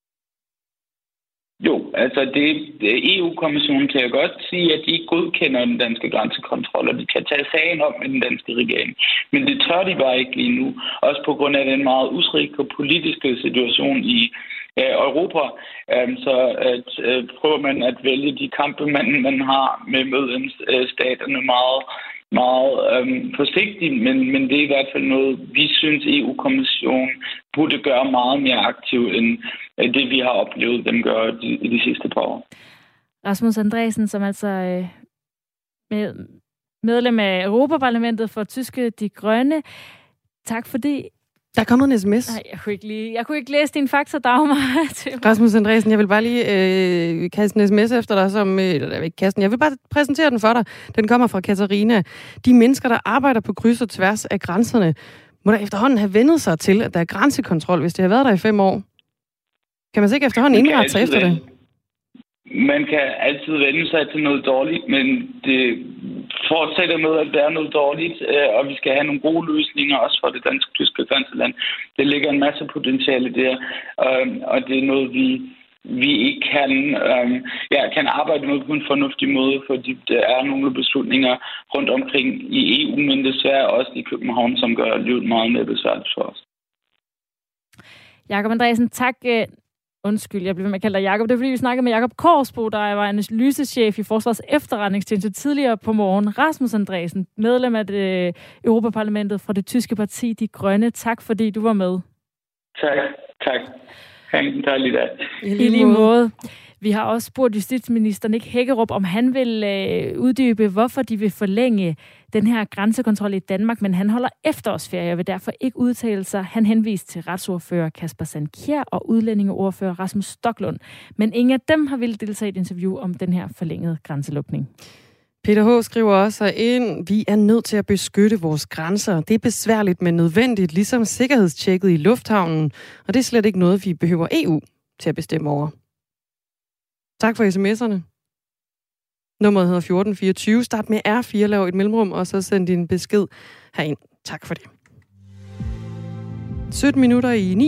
Jo, altså EU-kommissionen kan jeg godt sige, at de ikke godkender den danske grænsekontrol, og de kan tage sagen op med den danske regering. Men det tør de bare ikke lige nu, også på grund af den meget usikre politiske situation i Europa. Så prøver man at vælge de kampe, man har med medlemsstaterne meget forsigtigt, men det er i hvert fald noget, vi synes EU-kommissionen burde gøre meget mere aktivt, end det, vi har oplevet dem gøre i de sidste par år. Rasmus Andresen, som altså medlem af Europaparlamentet for Tyske De Grønne. Tak fordi... Der er kommet en sms. Nej, jeg kunne ikke læse din fakta, Dagmar. Rasmus Andresen, jeg vil bare lige kaste en sms efter dig, jeg vil bare præsentere den for dig. Den kommer fra Katarina. De mennesker, der arbejder på kryds og tværs af grænserne, må der efterhånden have vendet sig til, at der er grænsekontrol, hvis det har været der i 5 år. Kan man så ikke efterhånden indrette sig efter det? Man kan altid vende sig til noget dårligt, men det fortsætter med, at der er noget dårligt, og vi skal have nogle gode løsninger også for det dansk-tyske grænseland. Det ligger en masse potentiale der, og det er noget, vi ikke kan arbejde med på en fornuftig måde, fordi der er nogle beslutninger rundt omkring i EU, men desværre også i København, som gør livet meget mere besværligt for os. Jakob Andresen, tak. Undskyld, jeg blev ved med at kalde dig Jakob. Det er fordi, vi snakkede med Jakob Korsbo, der var analysechef i Forsvars Efterretningstjeneste tidligere på morgen. Rasmus Andresen, medlem af det Europaparlamentet fra det tyske parti De Grønne. Tak, fordi du var med. Tak. Ha' en dejlig dag. I lige måde. Vi har også spurgt justitsminister Nick Hækkerup, om han vil uddybe, hvorfor de vil forlænge den her grænsekontrol i Danmark, men han holder efterårsferie og vil derfor ikke udtale sig. Han henviste til retsordfører Kasper Sandkjær og udlændingeordfører Rasmus Stoklund, men ingen af dem har ville deltage i et interview om den her forlængede grænselukning. Peter H. skriver også ind, vi er nødt til at beskytte vores grænser. Det er besværligt, men nødvendigt, ligesom sikkerhedstjekket i lufthavnen, og det er slet ikke noget, vi behøver EU til at bestemme over. Tak for sms'erne. Nummeret hedder 1424. Start med R4, lav et mellemrum, og så send din besked herind. Tak for det. 17 minutter i 9.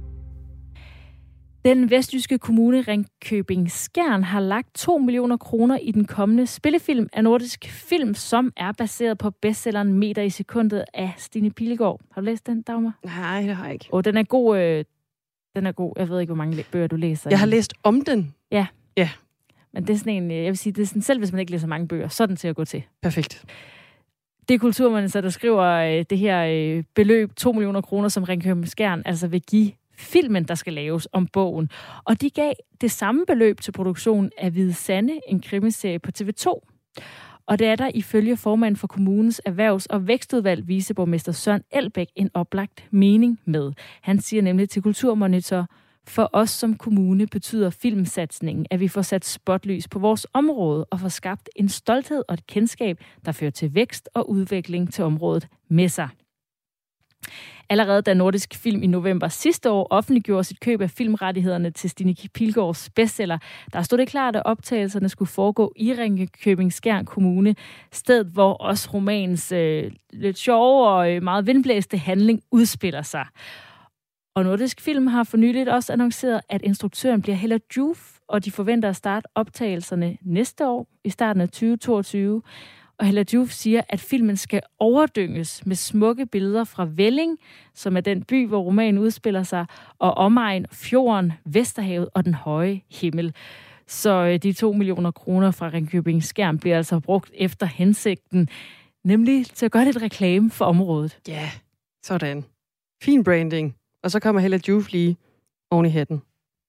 Den vestjyske kommune Ringkøbing Skjern har lagt 2 millioner kroner i den kommende spillefilm af Nordisk Film, som er baseret på bestselleren Meter i sekundet af Stine Pilgaard. Har du læst den, Dagmar? Nej, det har jeg ikke. Den er god. Den er god. Jeg ved ikke, hvor mange bøger du læser. Jeg har læst om den. Ja. Ja. Men det er sådan en, jeg vil sige, det er sådan, selv hvis man ikke læser mange bøger, så er den til at gå til. Perfekt. Det er Kulturministeriet, der skriver det her beløb, 2 millioner kroner, som Ringkøbing Skjern altså vil give filmen, der skal laves om bogen. Og de gav det samme beløb til produktion af Hvide Sande, en krimiserie på TV2. Og det er der ifølge formand for kommunens erhvervs- og vækstudvalg, viceborgmester Søren Elbæk, en oplagt mening med. Han siger nemlig til Kulturmonitor, for os som kommune betyder filmsatsningen, at vi får sat spotlys på vores område og får skabt en stolthed og et kendskab, der fører til vækst og udvikling til området med sig. Allerede da Nordisk Film i november sidste år offentliggjorde sit køb af filmrettighederne til Stine Pilgaards bestseller, der stod det klart, at optagelserne skulle foregå i Ringkøbing Skjern Kommune, stedet hvor også romanens lidt sjove og meget vindblæste handling udspiller sig. Og Nordisk Film har for nyligt også annonceret, at instruktøren bliver Hella Joof, og de forventer at starte optagelserne næste år, i starten af 2022. Og Hella Joof siger, at filmen skal overdynges med smukke billeder fra Velling, som er den by, hvor romanen udspiller sig, og omegn, fjorden, Vesterhavet og den høje himmel. Så de 2 millioner kroner fra Ringkøbing Skjern bliver altså brugt efter hensigten, nemlig til at gøre lidt reklame for området. Ja, sådan. Fin branding. Og så kommer Hella Juf lige oven i hatten.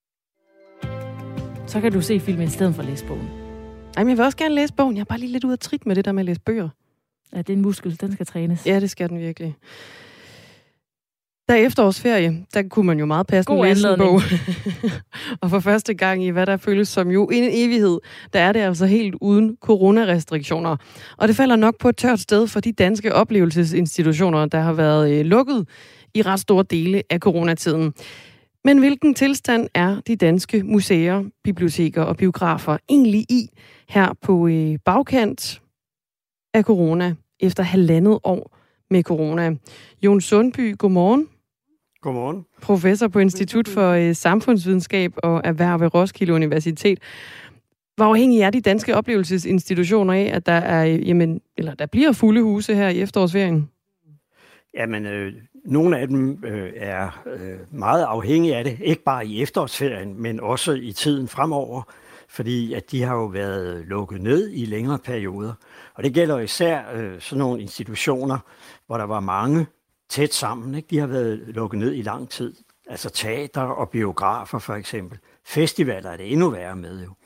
Så kan du se filmen i stedet for at læse bogen. Ej, men jeg vil også gerne læse bogen. Jeg er bare lige lidt ude af trit med det der med at læse bøger. Ja, det er en muskel. Den skal trænes. Ja, det skal den virkelig. Der er efterårsferie. Der kunne man jo meget passende læse en bog. Og for første gang i, hvad der føles som jo en evighed, der er det altså helt uden coronarestriktioner. Og det falder nok på et tørt sted for de danske oplevelsesinstitutioner, der har været lukket i ret store dele af coronatiden. Men hvilken tilstand er de danske museer, biblioteker og biografer egentlig i her på bagkant af corona efter 1,5 år med corona? Jon Sundby, godmorgen. Godmorgen. Professor på Institut for Samfundsvidenskab og Erhverv ved Roskilde Universitet. Hvor afhængige er de danske oplevelsesinstitutioner af, at der er, der bliver fulde huse her i efterårsferien? Jamen, nogle af dem er meget afhængige af det. Ikke bare i efterårsferien, men også i tiden fremover. Fordi at de har jo været lukket ned i længere perioder. Og det gælder især sådan nogle institutioner, hvor der var mange tæt sammen. Ikke? De har været lukket ned i lang tid. Altså teater og biografer for eksempel. Festivaler er det endnu værre med jo.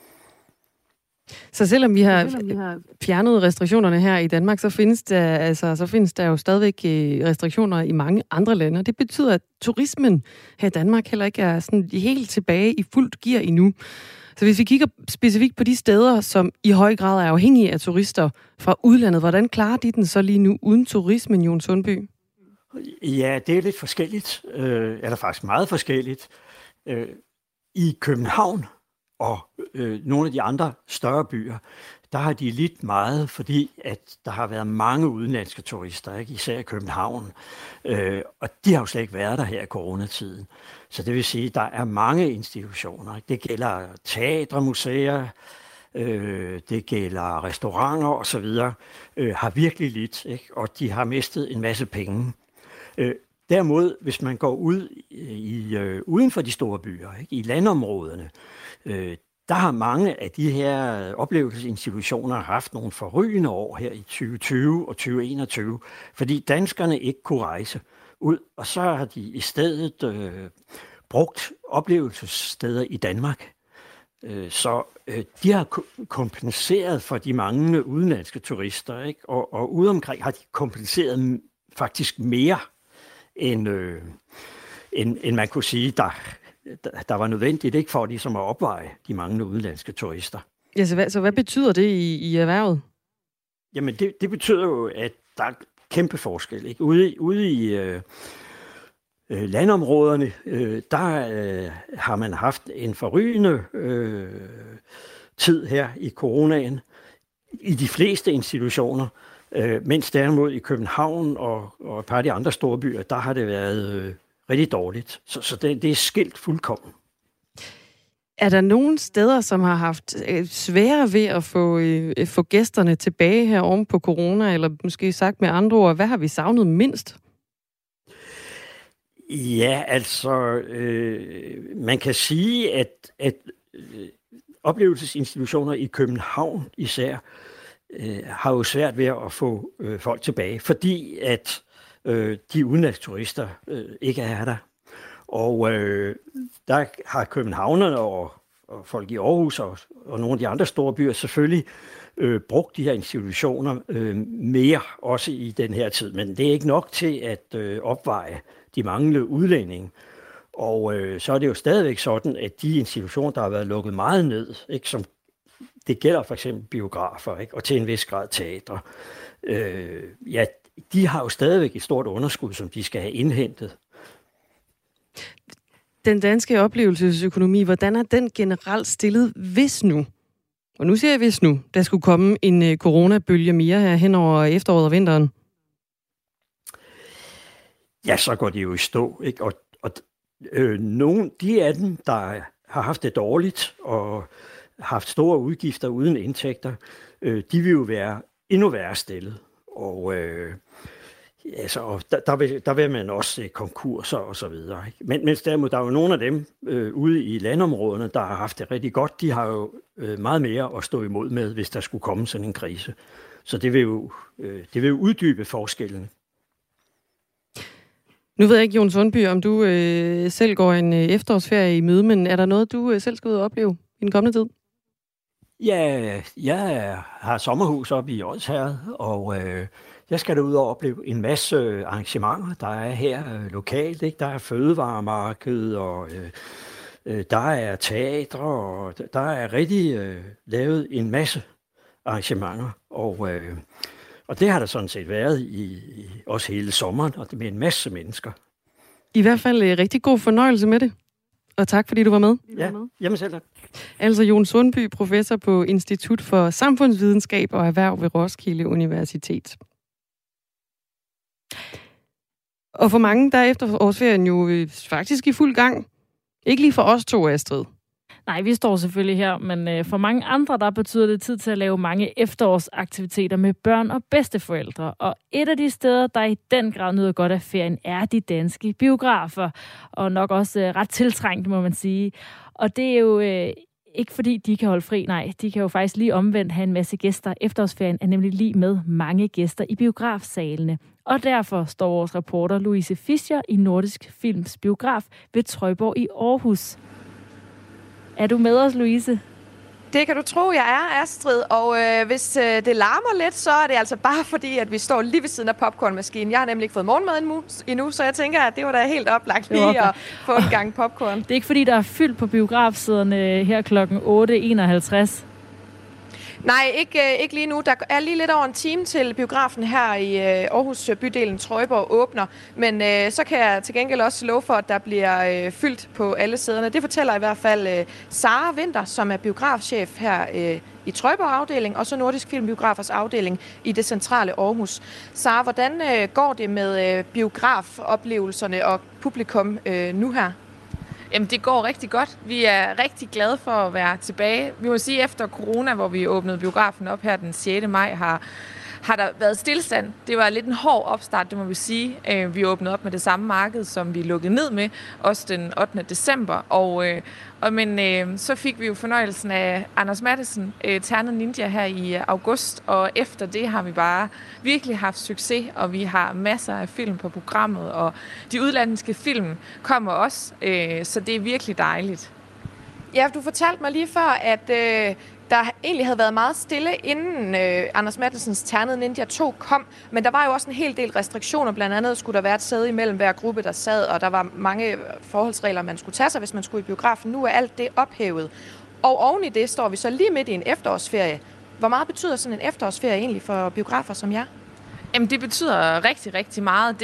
Så selvom vi har fjernet restriktionerne her i Danmark, så findes der jo stadigvæk restriktioner i mange andre lande. Det betyder, at turismen her i Danmark heller ikke er sådan helt tilbage i fuldt gear endnu. Så hvis vi kigger specifikt på de steder, som i høj grad er afhængige af turister fra udlandet, hvordan klarer de den så lige nu uden turismen, Jon Sundby? Ja, det er lidt forskelligt. Eller faktisk meget forskelligt. I København og nogle af de andre større byer, der har de lidt meget, fordi at der har været mange udenlandske turister, ikke? Især i København. Og de har jo slet ikke været der her i coronatiden. Så det vil sige, at der er mange institutioner. Ikke? Det gælder teatre, museer, det gælder restauranter osv., har virkelig lidt, ikke? Og de har mistet en masse penge. Derimod, hvis man går ud uden for de store byer, ikke? I landområderne, der har mange af de her oplevelsesinstitutioner haft nogle forrygende år her i 2020 og 2021, fordi danskerne ikke kunne rejse ud, og så har de i stedet brugt oplevelsessteder i Danmark. Så de har kompenseret for de manglende udenlandske turister, ikke? Og ude omkring har de kompenseret faktisk mere, end man kunne sige, der var nødvendigt, ikke for ligesom at opveje de manglende udenlandske turister. Ja, så hvad betyder det i erhvervet? Jamen, det betyder jo, at der er kæmpe forskel. Ikke? Ude i landområderne, der har man haft en forrygende tid her i coronaen i de fleste institutioner, mens derimod i København og et par af de andre store byer, der har det været rigtig dårligt. Så det er skilt fuldkommen. Er der nogle steder, som har haft sværere ved at få gæsterne tilbage her oven på corona, eller måske sagt med andre ord, hvad har vi savnet mindst? Ja, altså, man kan sige, at oplevelsesinstitutioner i København især har jo svært ved at få folk tilbage, fordi at de udenlandske turister ikke er der. Og der har københavnerne og folk i Aarhus og nogle af de andre store byer selvfølgelig brugt de her institutioner mere også i den her tid. Men det er ikke nok til at opveje de manglende udlændinge. Og så er det jo stadigvæk sådan, at de institutioner, der har været lukket meget ned, ikke, som det gælder for eksempel biografer, ikke, og til en vis grad teatre, ja, de har jo stadigvæk et stort underskud, som de skal have indhentet. Den danske oplevelsesøkonomi, hvordan er den generelt stillet, hvis nu, og nu siger jeg hvis nu, der skulle komme en coronabølge mere her hen over efteråret og vinteren? Ja, så går de jo i stå, ikke? Og nogle de af dem, der har haft det dårligt og haft store udgifter uden indtægter, de vil jo være endnu værre stillet. Og der vil man også se konkurser og så videre. Ikke? Mens derimod, der er jo nogle af dem ude i landområderne, der har haft det rigtig godt. De har jo meget mere at stå imod med, hvis der skulle komme sådan en krise. Så det vil jo uddybe forskellene. Nu ved jeg ikke, Jon Sundby, om du selv går en efterårsferie i møde, men er der noget, du selv skal ud og opleve i den kommende tid? Ja, jeg har sommerhus oppe i Odsherred, og jeg skal derud og opleve en masse arrangementer, der er her lokalt. Ikke? Der er fødevaremarked, og der er teatre, og der er rigtig lavet en masse arrangementer. Og det har der sådan set været i også hele sommeren, og med en masse mennesker. I hvert fald rigtig god fornøjelse med det. Og tak, fordi du var med. Ja, jamen selv tak. Altså Jon Sundby, professor på Institut for Samfundsvidenskab og Erhverv ved Roskilde Universitet. Og for mange, der er efterårsferien jo faktisk i fuld gang. Ikke lige for os to, Astrid. Nej, vi står selvfølgelig her, men for mange andre, der betyder det tid til at lave mange efterårsaktiviteter med børn og bedsteforældre. Og et af de steder, der i den grad nyder godt af ferien, er de danske biografer. Og nok også ret tiltrængt, må man sige. Og det er jo ikke fordi, de kan holde fri. Nej, de kan jo faktisk lige omvendt have en masse gæster. Efterårsferien er nemlig lige med mange gæster i biografsalene. Og derfor står vores reporter Louise Fischer i Nordisk Films biograf ved Trøjborg i Aarhus. Er du med os, Louise? Det kan du tro, jeg er, Astrid. Og hvis det larmer lidt, så er det altså bare fordi, at vi står lige ved siden af popcornmaskinen. Jeg har nemlig ikke fået morgenmad endnu, så jeg tænker, at det var da helt oplagt lige at få en gang popcorn. Det er ikke fordi, der er fyldt på biografsæderne her klokken 8.51. Nej, ikke lige nu. Der er lige lidt over en time til biografen her i Aarhus bydelen Trøjborg åbner. Men så kan jeg til gengæld også love for, at der bliver fyldt på alle sæderne. Det fortæller i hvert fald Sara Winter, som er biografchef her i Trøjborg afdeling, og så Nordisk Film Biografers afdeling i det centrale Aarhus. Sara, hvordan går det med biografoplevelserne og publikum nu her? Jamen, det går rigtig godt. Vi er rigtig glade for at være tilbage. Vi må sige, efter corona, hvor vi åbnede biografen op her den 6. maj, har der været stillstand. Det var lidt en hård opstart, det må vi sige. Vi åbnede op med det samme marked, som vi lukkede ned med, også den 8. december. Men så fik vi jo fornøjelsen af Anders Matthesen, Ternet Ninja, her i august, og efter det har vi bare virkelig haft succes, og vi har masser af film på programmet, og de udlandske film kommer også, så det er virkelig dejligt. Ja, du fortalte mig lige før, at der egentlig havde været meget stille, inden Anders Matthesens Ternet Ninja 2 kom, men der var jo også en hel del restriktioner. Blandt andet skulle der være et sæde imellem hver gruppe, der sad, og der var mange forholdsregler, man skulle tage sig, hvis man skulle i biografen. Nu er alt det ophævet. Og oven i det står vi så lige midt i en efterårsferie. Hvor meget betyder sådan en efterårsferie egentlig for biografer som jer? Jamen, det betyder rigtig, rigtig meget.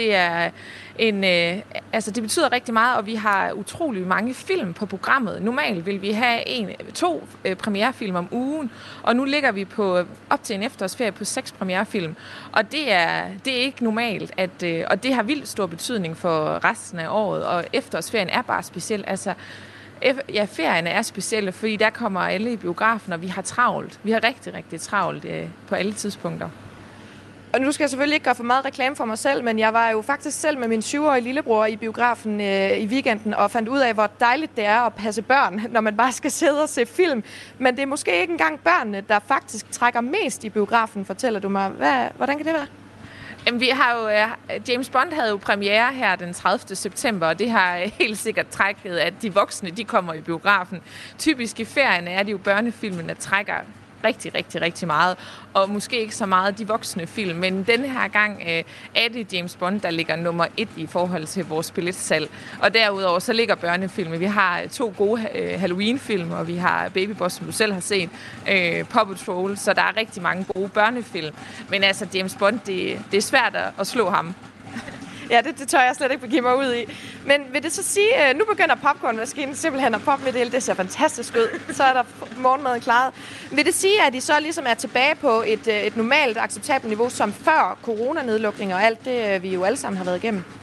Det betyder rigtig meget, og vi har utrolig mange film på programmet. Normalt vil vi have 2 premierefilm om ugen, og nu ligger vi på op til en efterårsferie på 6 premierefilm. Og det er ikke normalt, og det har vildt stor betydning for resten af året, og efterårsferien er bare speciel. Altså, ja, ferierne er specielle, fordi der kommer alle i biografen, og vi har travlt. Vi har rigtig, rigtig travlt på alle tidspunkter. Og nu skal jeg selvfølgelig ikke gøre for meget reklame for mig selv, men jeg var jo faktisk selv med min 7-årige lillebror i biografen i weekenden og fandt ud af, hvor dejligt det er at passe børn, når man bare skal sidde og se film. Men det er måske ikke engang børnene, der faktisk trækker mest i biografen, fortæller du mig. Hvordan kan det være? Jamen, vi har jo, James Bond havde jo premiere her den 30. september, og det har helt sikkert trækket, at de voksne, de kommer i biografen. Typisk i ferierne er det jo børnefilmen, der trækker rigtig, rigtig, rigtig meget, og måske ikke så meget de voksne film, men denne her gang er det James Bond, der ligger nummer 1 i forhold til vores billetsalg. Og derudover så ligger børnefilme. Vi har 2 gode Halloween-film, og vi har Baby Boss, som du selv har set, Paw Patrol, så der er rigtig mange gode børnefilm. Men altså, James Bond, det er svært at slå ham. Ja, det tør jeg slet ikke begive mig ud i. Men vil det så sige, nu begynder popcornmaskinen simpelthen at poppe med det hele. Det ser fantastisk ud. Så er der morgenmaden klaret. Vil det sige, at I så ligesom er tilbage på et normalt acceptabelt niveau, som før coronanedlukning og alt det, vi jo alle sammen har været igennem?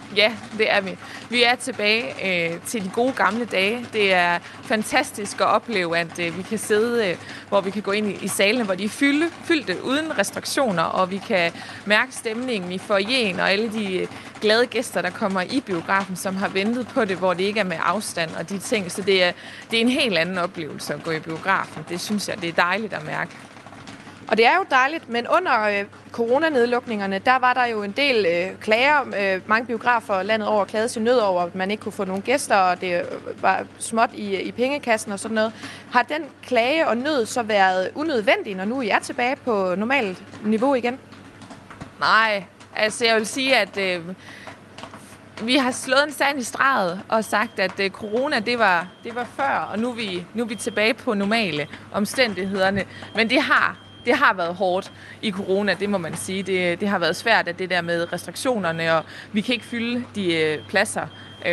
Ja, det er vi. Vi er tilbage til de gode gamle dage. Det er fantastisk at opleve, at vi kan sidde, hvor vi kan gå ind i salene, hvor de er fyldte uden restriktioner, og vi kan mærke stemningen i foyeren og alle de glade gæster, der kommer i biografen, som har ventet på det, hvor det ikke er med afstand og de ting. Så det er en helt anden oplevelse at gå i biografen. Det synes jeg, det er dejligt at mærke. Og det er jo dejligt, men under coronanedlukningerne, der var der jo en del klager. Mange biografer landet over klagede sin nød over, at man ikke kunne få nogen gæster, og det var småt i pengekassen og sådan noget. Har den klage og nød så været unødvendig, når nu I er tilbage på normalt niveau igen? Nej, altså jeg vil sige, at vi har slået en sand i streget og sagt, at corona, det var før, og nu er vi tilbage på normale omstændighederne. Men det har været hårdt i corona, det må man sige. Det har været svært, at det der med restriktionerne, og vi kan ikke fylde de pladser.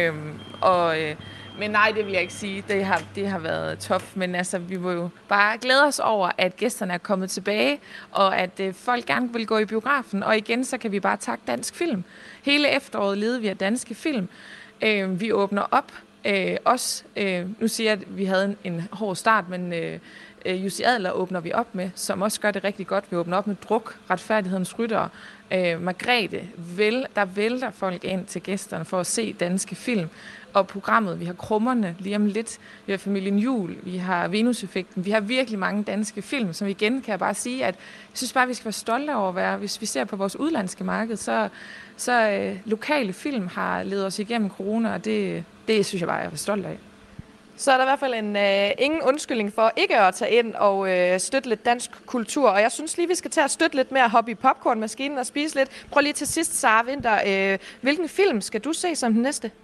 Men nej, det vil jeg ikke sige. Det har været tough, men altså, vi må jo bare glæde os over, at gæsterne er kommet tilbage, og at folk gerne vil gå i biografen. Og igen, så kan vi bare takke Dansk Film. Hele efteråret levede vi af danske film. Vi åbner op. Nu siger jeg, at vi havde en hård start, men Jussi Adler åbner vi op med, som også gør det rigtig godt. Vi åbner op med Druk, Retfærdighedens Ryttere, Margrethe, der vælter folk ind til gæsterne for at se danske film. Og programmet, vi har Krummerne lige om lidt, vi har Familien Jul, vi har Venus-effekten, vi har virkelig mange danske film, som igen kan jeg bare sige, at jeg synes bare, vi skal være stolte over at være, hvis vi ser på vores udlandske marked, så lokale film har ledet os igennem corona, og det synes jeg bare, jeg er stolt af. Så er der i hvert fald ingen undskyldning for ikke at tage ind og støtte lidt dansk kultur. Og jeg synes lige, vi skal tage at støtte lidt mere, hoppe i popcornmaskinen og spise lidt. Prøv lige til sidst, Sara Winther. Hvilken film skal du se som den næste?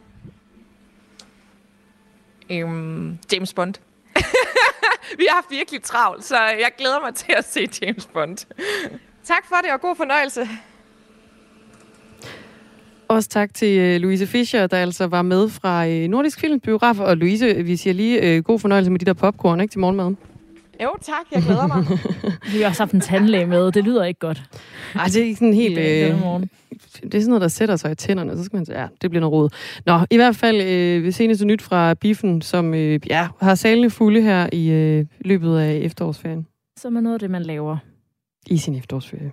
James Bond. Vi har haft virkelig travlt, så jeg glæder mig til at se James Bond. Tak for det, og god fornøjelse. Også tak til Louise Fischer, der altså var med fra Nordisk Filmbiograf. Og Louise, vi siger lige god fornøjelse med de der popcorn, ikke, til morgenmaden? Jo, tak. Jeg glæder mig. Vi har også haft en tandlæge med. Det lyder ikke godt. Ej, det er ikke sådan helt... det er sådan noget, der sætter sig i tænderne. Så skal man sige, ja, det bliver noget rod. Nå, i hvert fald seneste nyt fra Biffen, som har salene fulde her i løbet af efterårsferien. Som er noget af det, man laver. I sin efterårsferie.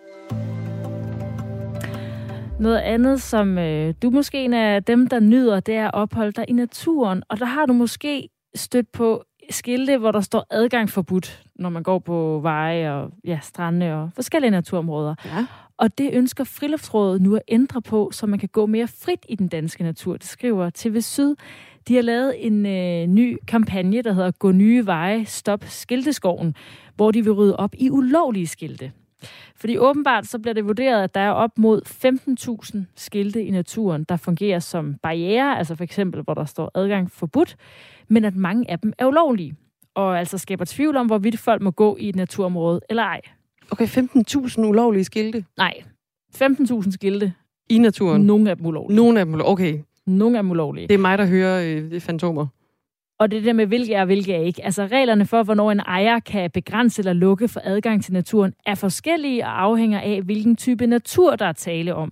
Noget andet, som du måske en af dem, der nyder, det er at opholde dig i naturen. Og der har du måske stødt på skilte, hvor der står adgang forbudt, når man går på veje og strande og forskellige naturområder. Ja. Og det ønsker Friluftsrådet nu at ændre på, så man kan gå mere frit i den danske natur. Det skriver TV Syd. De har lavet en ny kampagne, der hedder Gå nye veje, stop skilteskoven, hvor de vil rydde op i ulovlige skilte. Fordi åbenbart så bliver det vurderet, at der er op mod 15.000 skilte i naturen, der fungerer som barriere, altså for eksempel, hvor der står adgang forbudt, men at mange af dem er ulovlige, og altså skaber tvivl om, hvorvidt folk må gå i et naturområde eller ej. Okay, 15.000 ulovlige skilte? Nej, 15.000 skilte. I naturen? Nogle af dem ulovlige. Nogle af dem ulovlige, okay. Nogle af dem ulovlige. Det er mig, der hører fantomer. Og det der med, hvilke er og hvilke er ikke. Altså reglerne for, hvornår en ejer kan begrænse eller lukke for adgang til naturen, er forskellige og afhænger af, hvilken type natur, der er tale om.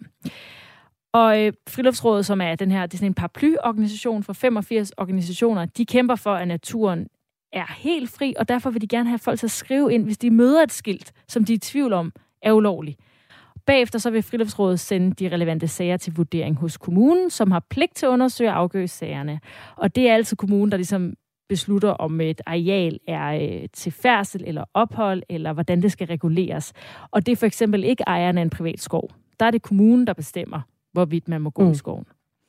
Og Friluftsrådet, som er det er sådan en paraplyorganisation for 85 organisationer, de kæmper for, at naturen er helt fri, og derfor vil de gerne have folk til at skrive ind, hvis de møder et skilt, som de er i tvivl om, er ulovligt. Bagefter så vil Friluftsrådet sende de relevante sager til vurdering hos kommunen, som har pligt til at undersøge og afgøre sagerne. Og det er altså kommunen, der ligesom beslutter, om et areal er til færdsel eller ophold, eller hvordan det skal reguleres. Og det er for eksempel ikke ejeren af en privat skov. Der er det kommunen, der bestemmer, hvorvidt man må gå i skoven.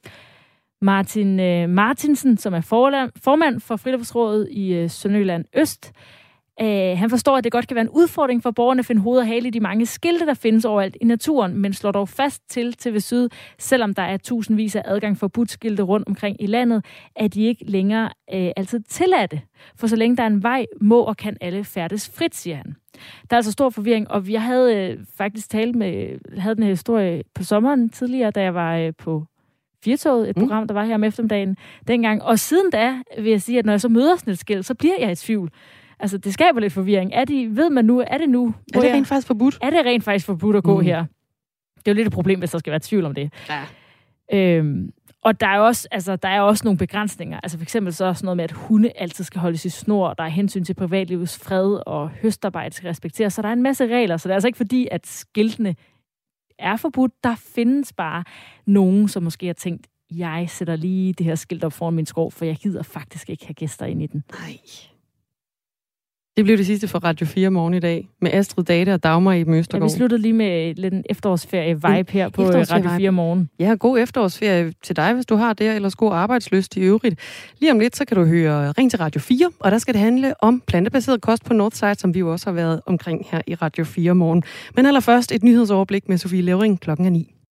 Martin Martinsen, som er formand for Friluftsrådet i Sønderjylland Øst, han forstår, at det godt kan være en udfordring for borgerne at finde hoved og hale i de mange skilte, der findes overalt i naturen, men slår dog fast til TV Syd, selvom der er tusindvis af adgang forbudt skilte rundt omkring i landet, at de ikke længere altid tilladte. For så længe der er en vej, må og kan alle færdes frit, siger han. Der er altså stor forvirring, og jeg havde faktisk havde den her historie på sommeren tidligere, da jeg var på Firtoget, et program, der var her om eftermiddagen dengang. Og siden da vil jeg sige, at når jeg så møder sådan et skilt, så bliver jeg i tvivl. Altså, det skaber lidt forvirring. Er det rent faktisk forbudt? Er det rent faktisk forbudt at gå her? Det er jo lidt et problem, hvis der skal være tvivl om det. Ja. Og der er også nogle begrænsninger. Altså for eksempel så er sådan noget med, at hunde altid skal holdes i snor, der er hensyn til privatlivets fred, og høstarbejde skal respekteres. Så der er en masse regler, så det er altså ikke fordi, at skiltene er forbudt. Der findes bare nogen, som måske har tænkt, jeg sætter lige det her skilt op foran min skov, for jeg gider faktisk ikke have gæster ind i den. Nej. Det blev det sidste for Radio 4 morgen i dag, med Astrid Date og Dagmar i Østergaard. Ja, vi sluttede lige med lidt en efterårsferie-vibe her på Radio 4 morgen. Ja, god efterårsferie til dig, hvis du har det, ellers god arbejdslyst i øvrigt. Lige om lidt, så kan du høre Ring til Radio 4, og der skal det handle om plantebaseret kost på Northside, som vi jo også har været omkring her i Radio 4 morgen. Men allerførst et nyhedsoverblik med Sofie Levering 9:00.